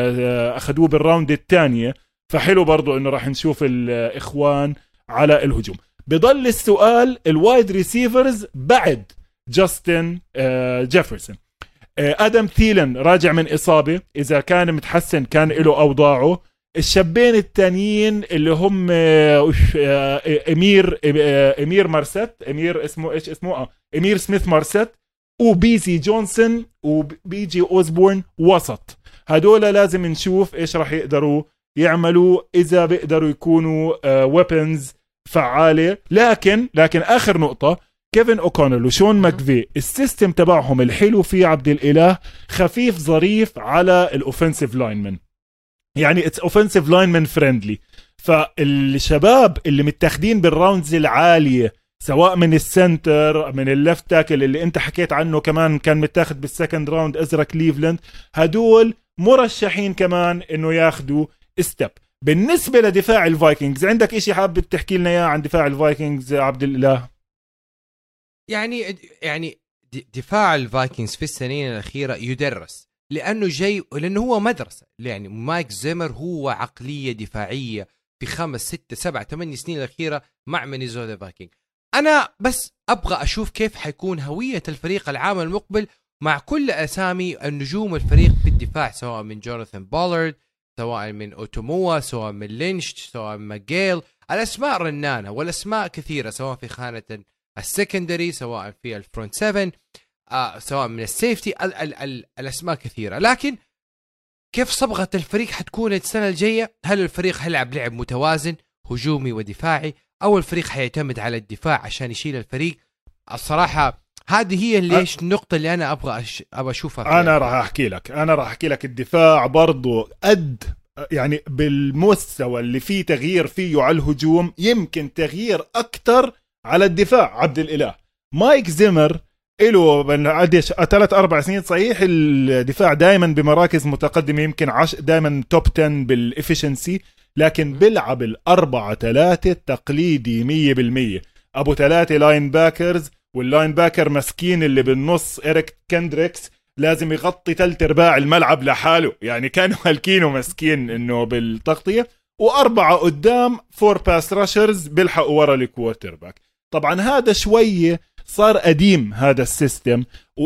B: أخذوه بالراوند الثانية، فحلو برضو انه راح نشوف الاخوان على الهجوم. بضل السؤال الوايد ريسيفرز بعد جاستن جيفرسون. ادم ثيلن راجع من اصابه، اذا كان متحسن كان له اوضاعه. الشابين التانيين اللي هم امير امير مارست، امير اسمه ايش اسمه اه امير سميث مارست، وبيزي جونسون وبي جي اوزبورن وسط. هدول لازم نشوف ايش راح يقدروا يعملوا، إذا بيقدروا يكونوا ويبنز فعالة. لكن لكن آخر نقطة، كيفن أوكونيل وشون ماكفي السيستم تبعهم الحلو فيه عبد الإله خفيف ظريف على الأوفنسيف لاينمن، يعني it's offensive lineman friendly. فالشباب اللي متاخدين بالراوندز العالية سواء من السنتر من اللفت تاكل اللي انت حكيت عنه كمان كان متاخد بالسكند راوند ازرا كليفلاند، هدول مرشحين كمان انه ياخدوا استب. بالنسبة لدفاع الفايكنجز عندك اشي حابب تحكي لنا اياه عن دفاع الفايكنجز عبد الله؟
A: يعني يعني دفاع الفايكنجز في السنين الأخيرة يدرس لأنه جاي، لأنه هو مدرسة. يعني مايك زيمر هو عقلية دفاعية في خمس ستة سبع ثمانية سنين الأخيرة مع مينيسوتا فايكنج. أنا بس أبغى أشوف كيف حيكون هوية الفريق العام المقبل مع كل أسامي النجوم الفريق في الدفاع، سواء من جوناثان بولارد، سواء من أوتوموا، سواء من لينش، سواء من ماجيل. الأسماء رنانة والأسماء كثيرة، سواء في خانة السكندري، سواء في الفرونت سفن، آه، سواء من السيفتي. ال- ال- ال- الأسماء كثيرة، لكن كيف صبغة الفريق حتكون السنة الجاية؟ هل الفريق هيلعب لعب متوازن هجومي ودفاعي، أو الفريق حيعتمد على الدفاع عشان يشيل الفريق؟ الصراحة هذه هي ليش النقطة اللي أنا أبغى أش... أبغى أشوفها فيها.
B: أنا راح أحكي لك أنا راح أحكي لك الدفاع برضو قد يعني بالمستوى اللي فيه تغيير فيه على الهجوم، يمكن تغيير أكتر على الدفاع. عبد الإله مايك زيمر إله قديش ثلاث أربع سنين صحيح الدفاع دائما بمراكز متقدمة، يمكن عش دائما توب عشرة بالإفشنسي، لكن بيلعب الأربعة ثلاثة تقليدي مية بالمية. أبو ثلاثة لاين باكرز، واللاين باكر مسكين اللي بالنص إريك كندريكس لازم يغطي ثلث ارباع الملعب لحاله، يعني كانوا هالكينو مسكين انه بالتغطيه، واربعه قدام فور باس راشرز بيلحقوا ورا الكوارتر باك. طبعا هذا شويه صار قديم هذا السيستم،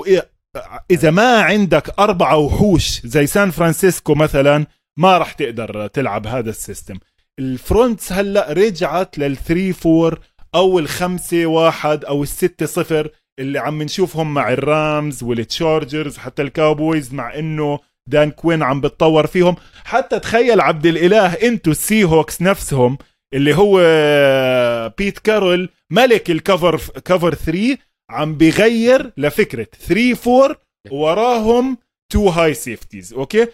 B: واذا ما عندك اربعه وحوش زي سان فرانسيسكو مثلا ما راح تقدر تلعب هذا السيستم. الفرونتس هلا رجعت للثري فور او الخمسة واحد او الستة صفر اللي عم نشوفهم مع الرامز والتشارجرز، حتى الكاوبويز مع انه دان كوين عم بتطور فيهم. حتى تخيل عبد الإله انتو السي هوكس نفسهم اللي هو بيت كارول ملك الكفر كفر ثري عم بيغير لفكرة ثري فور وراهم تو هاي سيفتيز. اوكي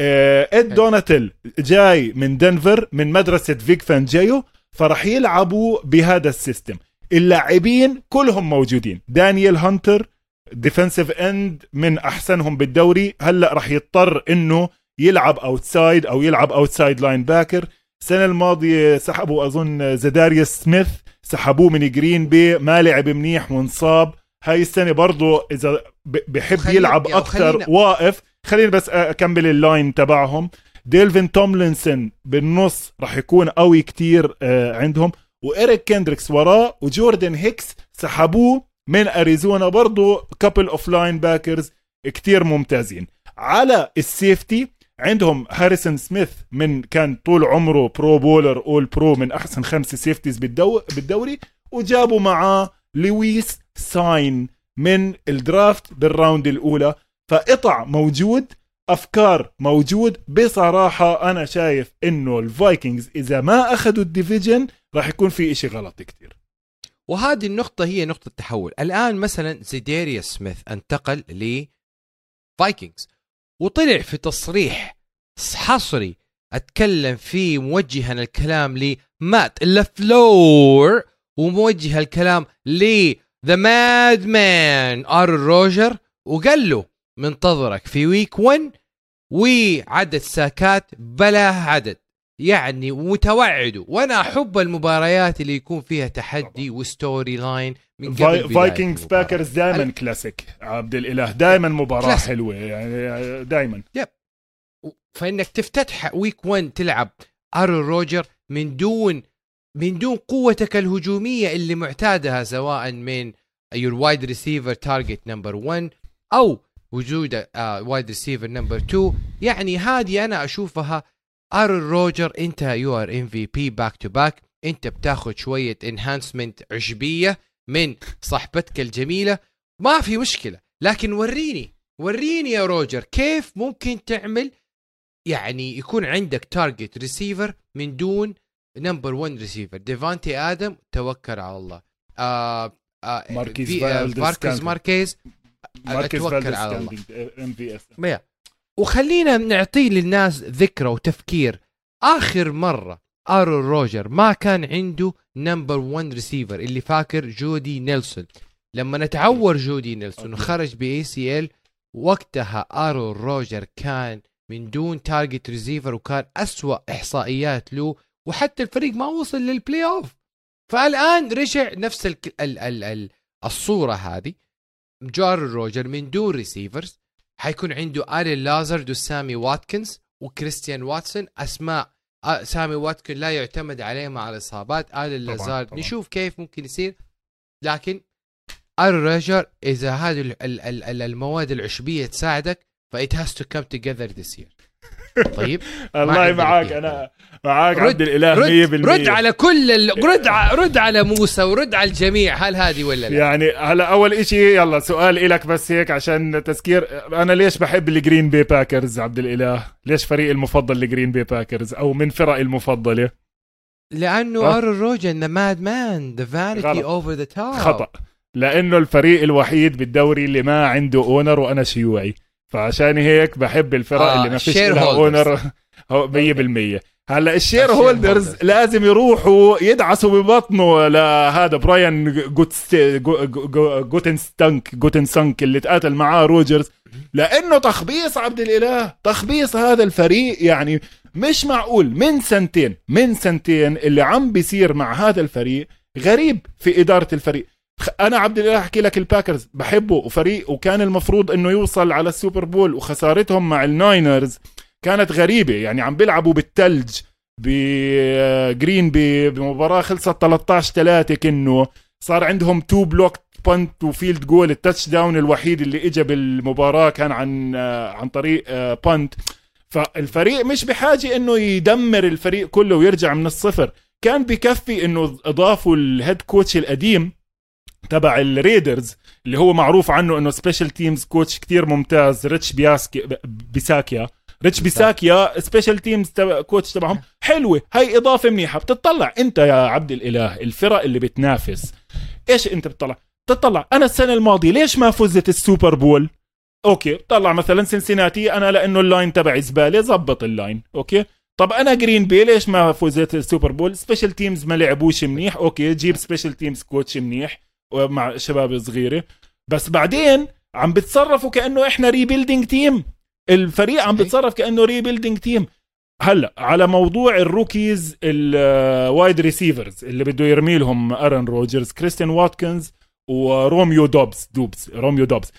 B: اد دوناتيل جاي من دنفر من مدرسة فيك فانجيو، فرح يلعبوا بهذا السيستم. اللاعبين كلهم موجودين، دانيال هانتر ديفنسيف اند من احسنهم بالدوري، هلا رح يضطر انه يلعب اوتسايد او يلعب اوتسايد لاين باكر. السنه الماضيه سحبوا اظن زداريوس سميث، سحبوه من جرين بي، ما لعب منيح وانصاب. هاي السنه برضو اذا بحب يلعب اكثر واقف. خليني بس اكمل اللاين تبعهم. ديلفين توملينسون بالنص رح يكون قوي كتير عندهم، وإريك كندريكس وراه، وجوردن هيكس سحبوه من أريزونا برضو كابل اوف لاين باكرز كتير ممتازين. على السيفتي عندهم هاريسون سميث من كان طول عمره برو بولر اول برو، من احسن خمسة سيفتيز بالدو بالدوري، وجابوا معاه لويس ساين من الدرافت بالراوند الاولى. فقطع موجود، افكار موجود. بصراحة انا شايف انه الفايكنجز اذا ما اخذوا الديفيجن راح يكون في اشي غلط كتير.
A: وهذه النقطة هي نقطة تحول. الآن مثلا زيداريوس سميث انتقل لفايكنجز، وطلع في تصريح حصري أتكلم فيه موجها الكلام لمات لافلور، وموجه الكلام ل ذا ماد مان ارون روجر، وقال له منتظرك في ويك ون وعدد ساكات بلا عدد، يعني متوعده. وانا احب المباريات اللي يكون فيها تحدي وستوري لاين من قبل.
B: فايكنجز باكرز دائما ال... كلاسيك عبد الاله، دائما مباراه كلاسيك. حلوه يعني دائما.
A: يب. فانك تفتتح ويك واحد تلعب ارون روجر من دون من دون قوتك الهجوميه اللي معتادها، سواء من يور وايد ريسيفر تارجت نمبر واحد او وجود وايد ريسيفر نمبر اثنين. يعني هذه انا اشوفها ارون روجر انت يو ار ام في بي باك تو باك، انت بتاخذ شويه انهانسمنت عشبيه من صاحبتك الجميله، ما في مشكله. لكن وريني وريني يا روجر كيف ممكن تعمل، يعني يكون عندك تارجت ريسيفر من دون نمبر واحد ريسيفر. ديفانتي ادم توكل على الله، آه آه
B: ماركيز
A: ماركيز ماركيز
B: توكل
A: على الله. وخلينا نعطي للناس ذكرى وتفكير. آخر مرة آرون روجر ما كان عنده نمبر واحد ريسيفر، اللي فاكر جودي نيلسون لما نتعور جودي نيلسون وخرج بي سي ال، وقتها آرون روجر كان من دون تارجت ريسيفر، وكان أسوأ إحصائيات له، وحتى الفريق ما وصل للبلاي أوف. فالآن رجع نفس ال ال ال ال الصورة هذه. جار روجر من دون ريسيفرز، حيكون عنده آلي لازارد وسامي واتكنز وكريستيان واتسون. أسماء آه سامي واتكن لا يعتمد عليه مع الإصابات. آلي لازارد نشوف كيف ممكن يصير، لكن آلي روجر إذا هذه المواد العشبية تساعدك فإت هاز تو كم توجذر ذيس يير. طيب
B: الله معاك، انا معاك عبد الاله مية بالمية.
A: رد على كل ال... رد ع... رد على موسى ورد على الجميع، هل هذه ولا لا؟
B: يعني هلا اول اشي يلا سؤال إلك بس هيك عشان تذكير، انا ليش بحب الجرين بي باكرز عبد الاله؟ ليش فريقي المفضل الجرين بي باكرز او من فرقي المفضله؟
A: لانه ارون روجر ذا ماد مان ذا فانيتي اوفر ذا توب.
B: خطا، لانه الفريق الوحيد بالدوري اللي ما عنده اونر وانا شيوعي، فعشان هيك بحب الفرق آه اللي ما فيش لها اونر مية بالمية. هلا الشير هولدرز لازم يروحوا يدعسوا ببطنه لهذا براين جوتس جوتنستانك جوتنسانك اللي تقاتل معاه روجرز، لانه تخبيص عبد الاله، تخبيص هذا الفريق. يعني مش معقول من سنتين من سنتين اللي عم بيصير مع هذا الفريق غريب في اداره الفريق. انا عبد الله احكي لك الباكرز بحبه وفريق، وكان المفروض انه يوصل على السوبر بول، وخسارتهم مع الناينرز كانت غريبة. يعني عم بيلعبوا بالتلج بجرين بي بمباراة خلصت ثلاثة عشر ثلاثة، كأنه صار عندهم تو بلوك بانت وفيلد جول. التاتش داون الوحيد اللي اجى بالمباراة كان عن عن طريق بانت. فالفريق مش بحاجة انه يدمر الفريق كله ويرجع من الصفر، كان بكفي انه اضافوا الهيد كوتش القديم تبع الريدرز اللي هو معروف عنه انه سبيشال تيمز كوتش كتير ممتاز، ريتش بياسكي بيساكيا ريتش بيساكيا سبيشال تيمز تبع كوتش تبعهم حلوه. هاي اضافه منيحه. بتطلع انت يا عبد الاله الفرق اللي بتنافس، ايش انت بتطلع بتطلع انا السنه الماضيه ليش ما فزت السوبر بول؟ اوكي طلع مثلا سنسيناتي، انا لانه اللاين تبعي زباله زبط اللاين. اوكي طب انا جرين بي ليش ما فزت السوبر بول؟ سبيشال تيمز ما لعبوش منيح. اوكي جيب سبيشال تيمز كوتش منيح ومع شباب صغيره، بس بعدين عم بتصرفوا كانه احنا ريبيلدينج تيم. الفريق عم بتصرف كانه ريبيلدينج تيم. هلا على موضوع الروكيز الوايد ريسيفرز اللي بده يرمي لهم ارون روجرز، كريستيان واتكنز وروميو دوبز دوبز روميو دوبز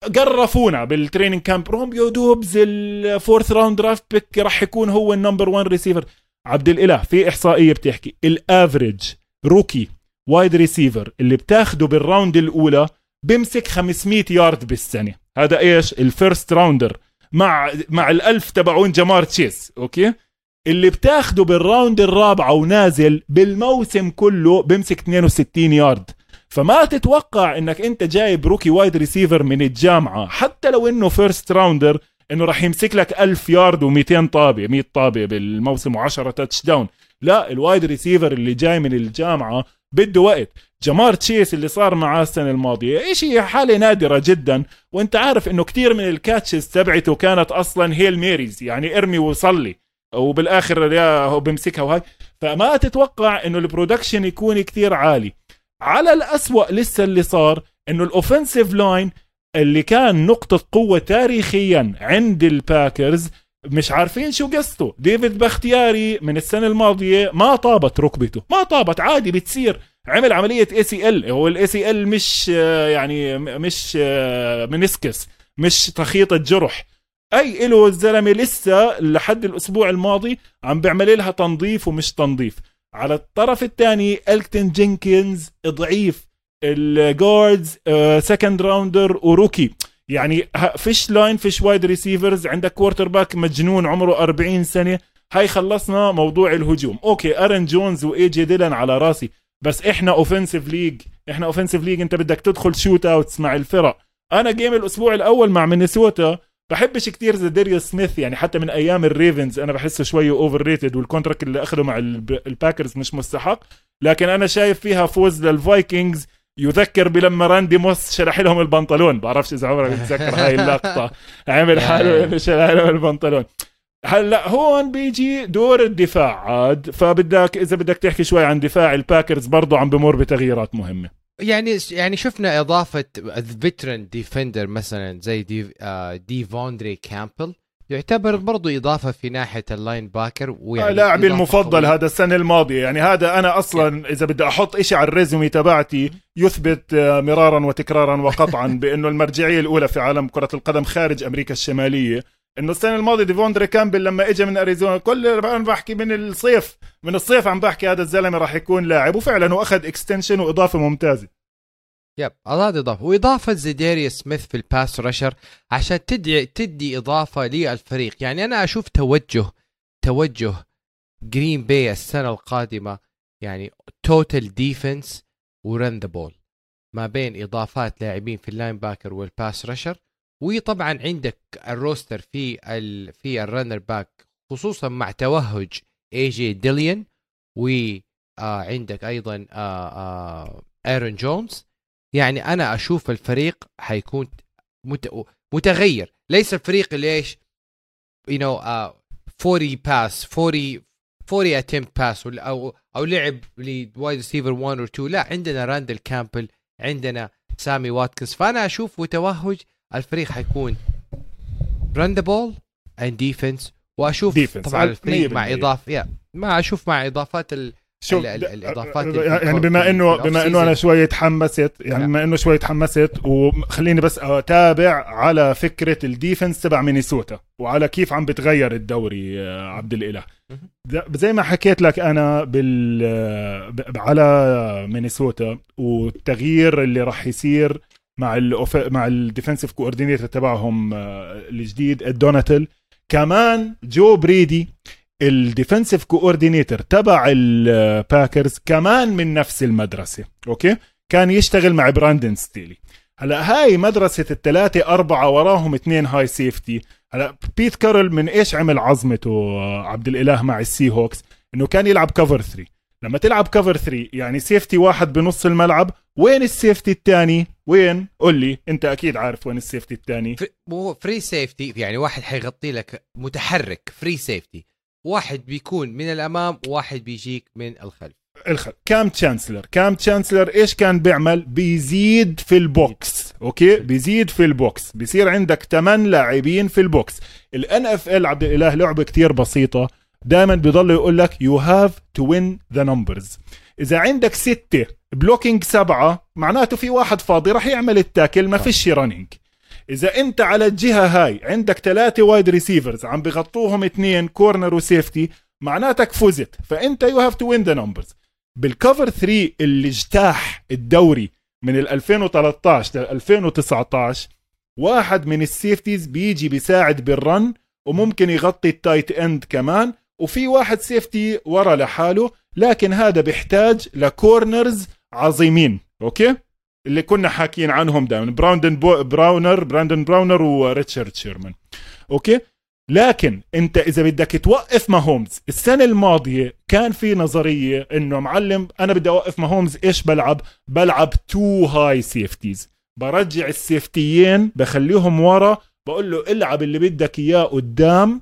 B: قرفونا بالتريننج كامب. روميو دوبز الفورث راوند درافت بيك راح يكون هو النمبر وان ريسيفر. عبد الاله في احصائيه بتحكي الافريج روكي وايد ريسيفر اللي بتاخده بالراوند الاولى بيمسك خمسمية يارد بالسنه. هذا ايش الفيرست راوندر مع مع الألف تبعون جمار تشيس. اوكي اللي بتاخده بالراوند الرابعه ونازل بالموسم كله بيمسك اثنين وستين يارد. فما تتوقع انك انت جايب روكي وايد ريسيفر من الجامعه حتى لو انه فيرست راوندر انه راح يمسك لك ألف يارد ومئتين طابه مية طابه بالموسم وعشرة تاتش داون. لا الوايد ريسيفر اللي جاي من الجامعه بده وقت. جمار تشيس اللي صار معاه السنة الماضية إشي حالة نادرة جدا، وانت عارف انه كتير من الكاتشز تبعته كانت اصلا هيل ميريز، يعني ارمي وصلي وبالاخر يا هو بمسكها وهاي. فما تتوقع انه البرودكشن يكون كتير عالي. على الأسوأ لسه اللي صار انه الاوفنسيف لاين اللي كان نقطة قوة تاريخيا عند الباكرز مش عارفين شو قصته. ديفيد بختياري من السنة الماضية ما طابت ركبته، ما طابت عادي بتصير، عمل عملية اي سي ال. هو الاي سي ال مش يعني مش منسكس، مش تخيطة جرح. اي له الزلمة لسه لحد الاسبوع الماضي عم بيعمل لها تنظيف ومش تنظيف. على الطرف الثاني الكتن جينكينز ضعيف، الجاردز سكند راوندر وروكي، يعني فيش لاين فيش وايد ريسيفرز. عندك كوارتر باك مجنون عمره أربعين سنة. هاي خلصنا موضوع الهجوم. اوكي ارن جونز واي جي ديلان على راسي، بس احنا اوفنسيف ليج، احنا اوفنسيف ليج انت بدك تدخل شوت اوتس مع الفرق. انا جيم الاسبوع الاول مع مينيسوتا بحبش كتير زديريوس سميث، يعني حتى من ايام الريفنز انا بحسه شويه اوفر ريتد، والكونتراكت اللي اخذه مع الباكرز مش مستحق. لكن انا شايف فيها فوز للفايكنجز يذكر بلما راندي موس شرح لهم البنطلون. بعرفش اذا عمرك بتذكر هاي اللقطه، عمل حاله انه شرح لهم البنطلون. هلا هون بيجي دور الدفاع عاد، فبدك اذا بدك تحكي شوي عن دفاع الباكرز برضو عم بمر بتغييرات مهمه.
A: يعني يعني شفنا اضافه فيترن ديفندر مثلا زي دي آه دي فوندري كامبل يعتبر برضو إضافة في ناحية اللاين باكر، ويعني
B: لاعبي المفضل هذا السنة الماضية. يعني هذا أنا أصلا إذا بدي أحط إشي على الريزومي تبعتي يثبت مرارا وتكرارا وقطعا بأنه المرجعية الأولى في عالم كرة القدم خارج أمريكا الشمالية، إنه السنة الماضية ديفوندري كامبل لما إجا من أريزونا، كل أنا بحكي من الصيف من الصيف عم بحكي هذا الزلمة راح يكون لاعب، وفعلا هو أخذ إكستنشن وإضافة ممتازة.
A: يب هذا إضافة، وإضافة زيديريا سميث في الباس رشر عشان تدي تدي إضافة للفريق. يعني أنا أشوف توجه توجه جرين باي السنة القادمة يعني توتال ديفنس ورن ذا بول، ما بين إضافات لاعبين في اللاين باكر والباس رشر، وطبعا عندك الروستر في ال في الرنر باك خصوصا مع توهج اي جي ديليان، وعندك ايضا ايرون جونز. يعني انا اشوف الفريق حيكون متغير، ليس الفريق اللي ايش you know uh, forty باس forty forty attempt باس او او لعب لوايد ريسيفر واحد or two. لا، عندنا راندل كامبل، عندنا سامي واتكنز. فانا اشوف وتوهج الفريق حيكون run the ball and defense، واشوف defense. طبعا الفريق مع اضافه ما اشوف مع اضافات ال
B: شوف الاضافات يعني بما انه بما انه انا شويه تحمست يعني بما انه شويه تحمست وخليني بس اتابع على فكره الديفنس تبع مينيسوتا وعلى كيف عم بتغير الدوري عبد الاله. زي ما حكيت لك انا بال على مينيسوتا والتغيير اللي راح يصير مع ال مع الديفنسيف كوردينيتور تبعهم الجديد الدوناتل، كمان جو بريدي الديفنسيف كوردينيتور تبع الباكرز كمان من نفس المدرسة، أوكي، كان يشتغل مع براندن ستيلي. هلا هاي مدرسة الثلاثة أربعة وراهم اثنين هاي سيفتي. هلا بيت كارول من إيش عمل عظمته عبد الإله مع السي هوكس؟ إنه كان يلعب كفر ثري. لما تلعب كفر ثري يعني سيفتي واحد بنص الملعب، وين السيفتي الثاني؟ وين؟ قل لي أنت أكيد عارف وين السيفتي الثاني.
A: مو فري سيفتي، يعني واحد حيغطي لك متحرك فري سيفتي، واحد بيكون من الأمام وواحد بيجيك من الخلف.
B: الخلف كام تشانسلر كام تشانسلر إيش كان بيعمل؟ بيزيد في البوكس، أوكي، بيزيد في البوكس، بيصير عندك ثمان لاعبين في البوكس. ال إن إف إل عبد الإله لعبة كتير بسيطة، دائما بيضل يقول لك you have to win the numbers. إذا عندك ستة بلوكينج سبعة معناته في واحد فاضي راح يعمل التاكل، ما فيش رانينج. إذا أنت على الجهة هاي عندك ثلاثة وايد ريسيفرز عم بغطوهم اثنين كورنر وسيفتي، معناتك فزت، فأنت you have to win the numbers. بالكفر ثري اللي اجتاح الدوري من ألفين وثلاثة عشر ل ألفين وتسعة عشر، واحد من السيفتيز بيجي بيساعد بالرن وممكن يغطي التايت اند كمان، وفي واحد سيفتي ورا لحاله، لكن هذا بيحتاج لكورنرز عظيمين، أوكي، اللي كنا حاكين عنهم دائما، براوندن بو براونر براندن براونر وريتشارد شيرمان، اوكي. لكن انت اذا بدك توقف ماهومز السنه الماضيه كان في نظريه انه معلم انا بدي اوقف ماهومز، ايش بلعب؟ بلعب تو هاي سيفتيز، برجع السيفتيين بخليهم ورا، بقول له العب اللي بدك اياه قدام،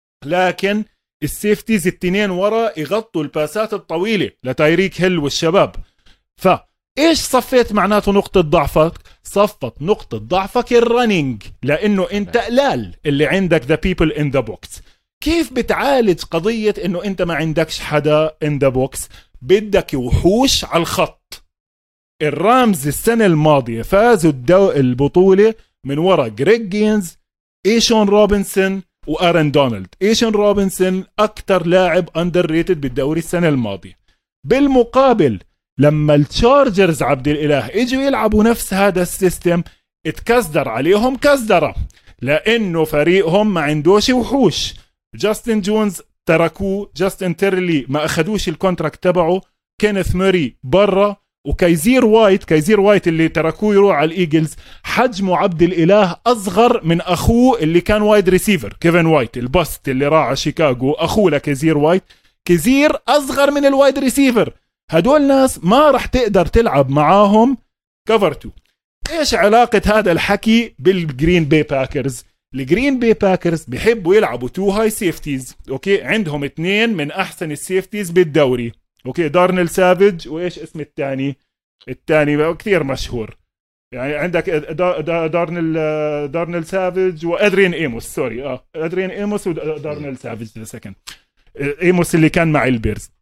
B: لكن السيفتيز التنين ورا يغطوا الباسات الطويله لتايريك هيل والشباب. ف ايش صفيت معناته نقطة ضعفك؟ صفت نقطة ضعفك الرننج، لانه انت قلال اللي عندك the people in the box. كيف بتعالج قضية انه انت ما عندكش حدا in the box؟ بدك وحوش على الخط. الرامز السنة الماضية فازوا الدو... البطولة من وراء جريج جينز، ايشون روبنسون وارن دونالد. ايشون روبنسون اكتر لاعب اندر ريتد بالدوري السنة الماضية. بالمقابل لما التشارجرز عبد الإله اجوا يلعبوا نفس هذا السيستم، اتكسدر عليهم كسدرة، لأنه فريقهم ما عندوش وحوش. جاستن جونز تركوه، جاستن تيرلي ما أخدوش الكونتراكت تبعه، كينيث موري برا، وكايزير وايت كايزير وايت اللي تركوه يروح على الإيجلز حجمه عبد الإله أصغر من أخوه اللي كان وايد ريسيفر كيفن وايت الباست اللي راح على شيكاغو، أخوه لكايزير وايت. كايزير أصغر من الوايد ريسيفر. هدول ناس ما رح تقدر تلعب معاهم كفر تو. ايش علاقة هذا الحكي بالجرين باي باكرز؟ الجرين باي باكرز بيحبوا يلعبوا تو هاي سيفتيز، اوكي، عندهم اثنين من احسن السيفتيز بالدوري، اوكي، دارنيل سافيج وايش اسم الثاني؟ الثاني كثير مشهور، يعني عندك دا دا دارنيل دارنيل سافيج وادريان ايموس سوري اه ادريان ايموس ودارنيل سافيج ذا سكند ايموس اللي كان مع البيرز.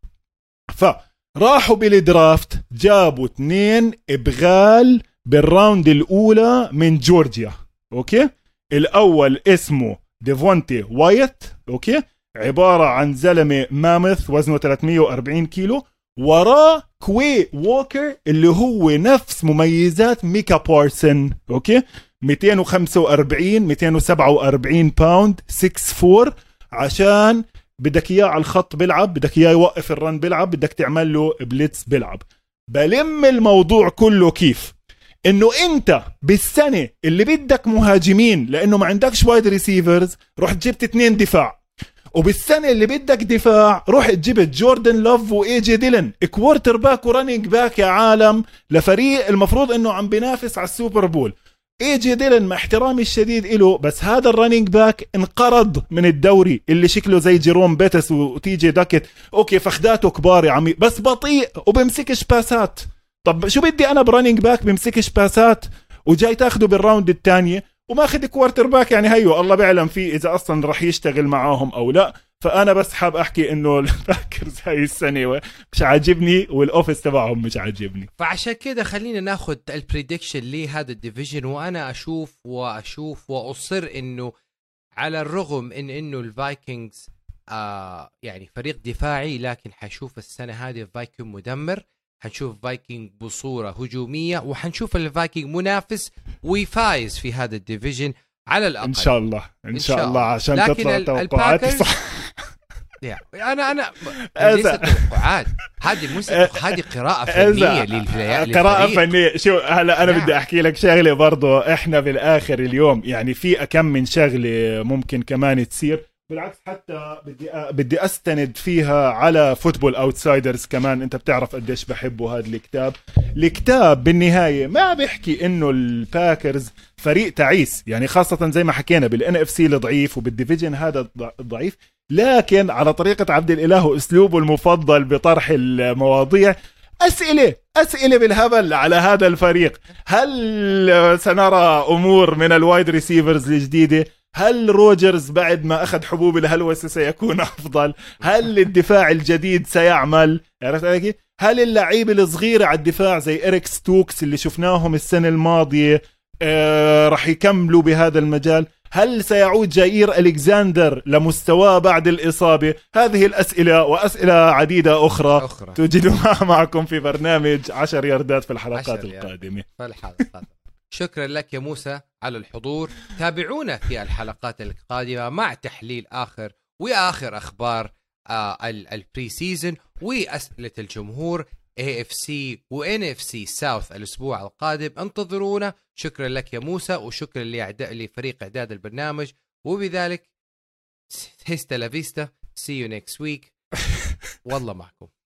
B: فراحوا بالدرافت جابوا اثنين ابغال بالراوند الاولى من جورجيا. اوكي الاول اسمه ديفونتي وايت، اوكي عباره عن زلمه مامث وزنه ثلاثمية وأربعين كيلو، وراه كوي ووكر اللي هو نفس مميزات ميكا بارسن، اوكي مئتين وخمسة وأربعين مئتين وسبعة وأربعين باوند ستة فور، عشان بدك اياه على الخط بيلعب، بدك اياه يوقف الرن بيلعب، بدك تعمل له بليتس بيلعب. بلم الموضوع كله كيف انه انت بالسنه اللي بدك مهاجمين لانه ما عندكش وايد ريسيفرز رحت جبت اثنين دفاع، وبالسنة اللي بدك دفاع رحت جبت جوردن لوف واي جي ديلن كوارتر باك ورننج باك يا عالم لفريق المفروض انه عم بينافس على السوبر بول. اي جي ديلن مع احترامي الشديد له، بس هذا الرننج باك انقرض من الدوري اللي شكله زي جيروم بيتس وتي جي داكت، اوكي فخداته كبار يا عمي بس بطيء وبمسكش باسات. طب شو بدي انا برننج باك بمسكش باسات وجاي تاخده بالراوند الثانية وماخذ كوارتر باك؟ يعني هيو الله بيعلم فيه اذا اصلا رح يشتغل معاهم او لا. فانا بس حاب احكي انه الباكرز هاي السنه مش عاجبني والاوفيس تبعهم مش عاجبني.
A: فعشان كده خلينا ناخذ البريدكشن لهذا الديفيجن، وانا اشوف واشوف واصر انه على الرغم ان انه الفايكنجز آه يعني فريق دفاعي، لكن حشوف السنه هذه الفايكنج مدمر، حنشوف فايكنج بصوره هجوميه، وحنشوف الفايكنج منافس ويفايز في هذا الديفيجن على الاقل
B: ان شاء الله ان, إن شاء الله عشان تطلع توقعاتي صح.
A: انا انا ليس توقعات، هذه مش هذه قراءه فنيه للفريق.
B: قراءه فنيه. شو هلا انا بدي احكي لك شغله برضو، احنا بالاخر اليوم يعني في كم من شغله ممكن كمان تصير، بالعكس حتى بدي بدي استند فيها على فوتبول اوتسايدرز كمان. انت بتعرف قديش بحبوا هذا الكتاب. الكتاب بالنهايه ما بيحكي انه الباكرز فريق تعيس، يعني خاصه زي ما حكينا بالان اف سي الضعيف وبالديفيجن هذا الضعيف، لكن على طريقه عبد الاله واسلوبه المفضل بطرح المواضيع، اسئله اسئله بالهبل على هذا الفريق. هل سنرى امور من الوايد ريسيفرز الجديده؟ هل روجرز بعد ما أخذ حبوب الهلوسة سيكون أفضل؟ هل الدفاع الجديد سيعمل؟ عرفت علي؟ هل اللعيبة الصغيرة على الدفاع زي إريك ستوكس اللي شفناهم السنة الماضية آه رح يكملوا بهذا المجال؟ هل سيعود جاير ألكساندر لمستواه بعد الإصابة؟ هذه الأسئلة وأسئلة عديدة أخرى, أخرى. توجدوها معكم في برنامج عشر ياردات في الحلقات القادمة.
A: في الحلقات. شكرا لك يا موسى على الحضور. تابعونا في الحلقات القادمة مع تحليل آخر وآخر أخبار آه البري سيزن وأسئلة الجمهور إيه إف سي و إن إف سي South الأسبوع القادم. انتظرونا. شكرا لك يا موسى، وشكرا لفريق إعداد البرنامج، وبذلك هيستا لا فيستا، see you next week. والله معكم.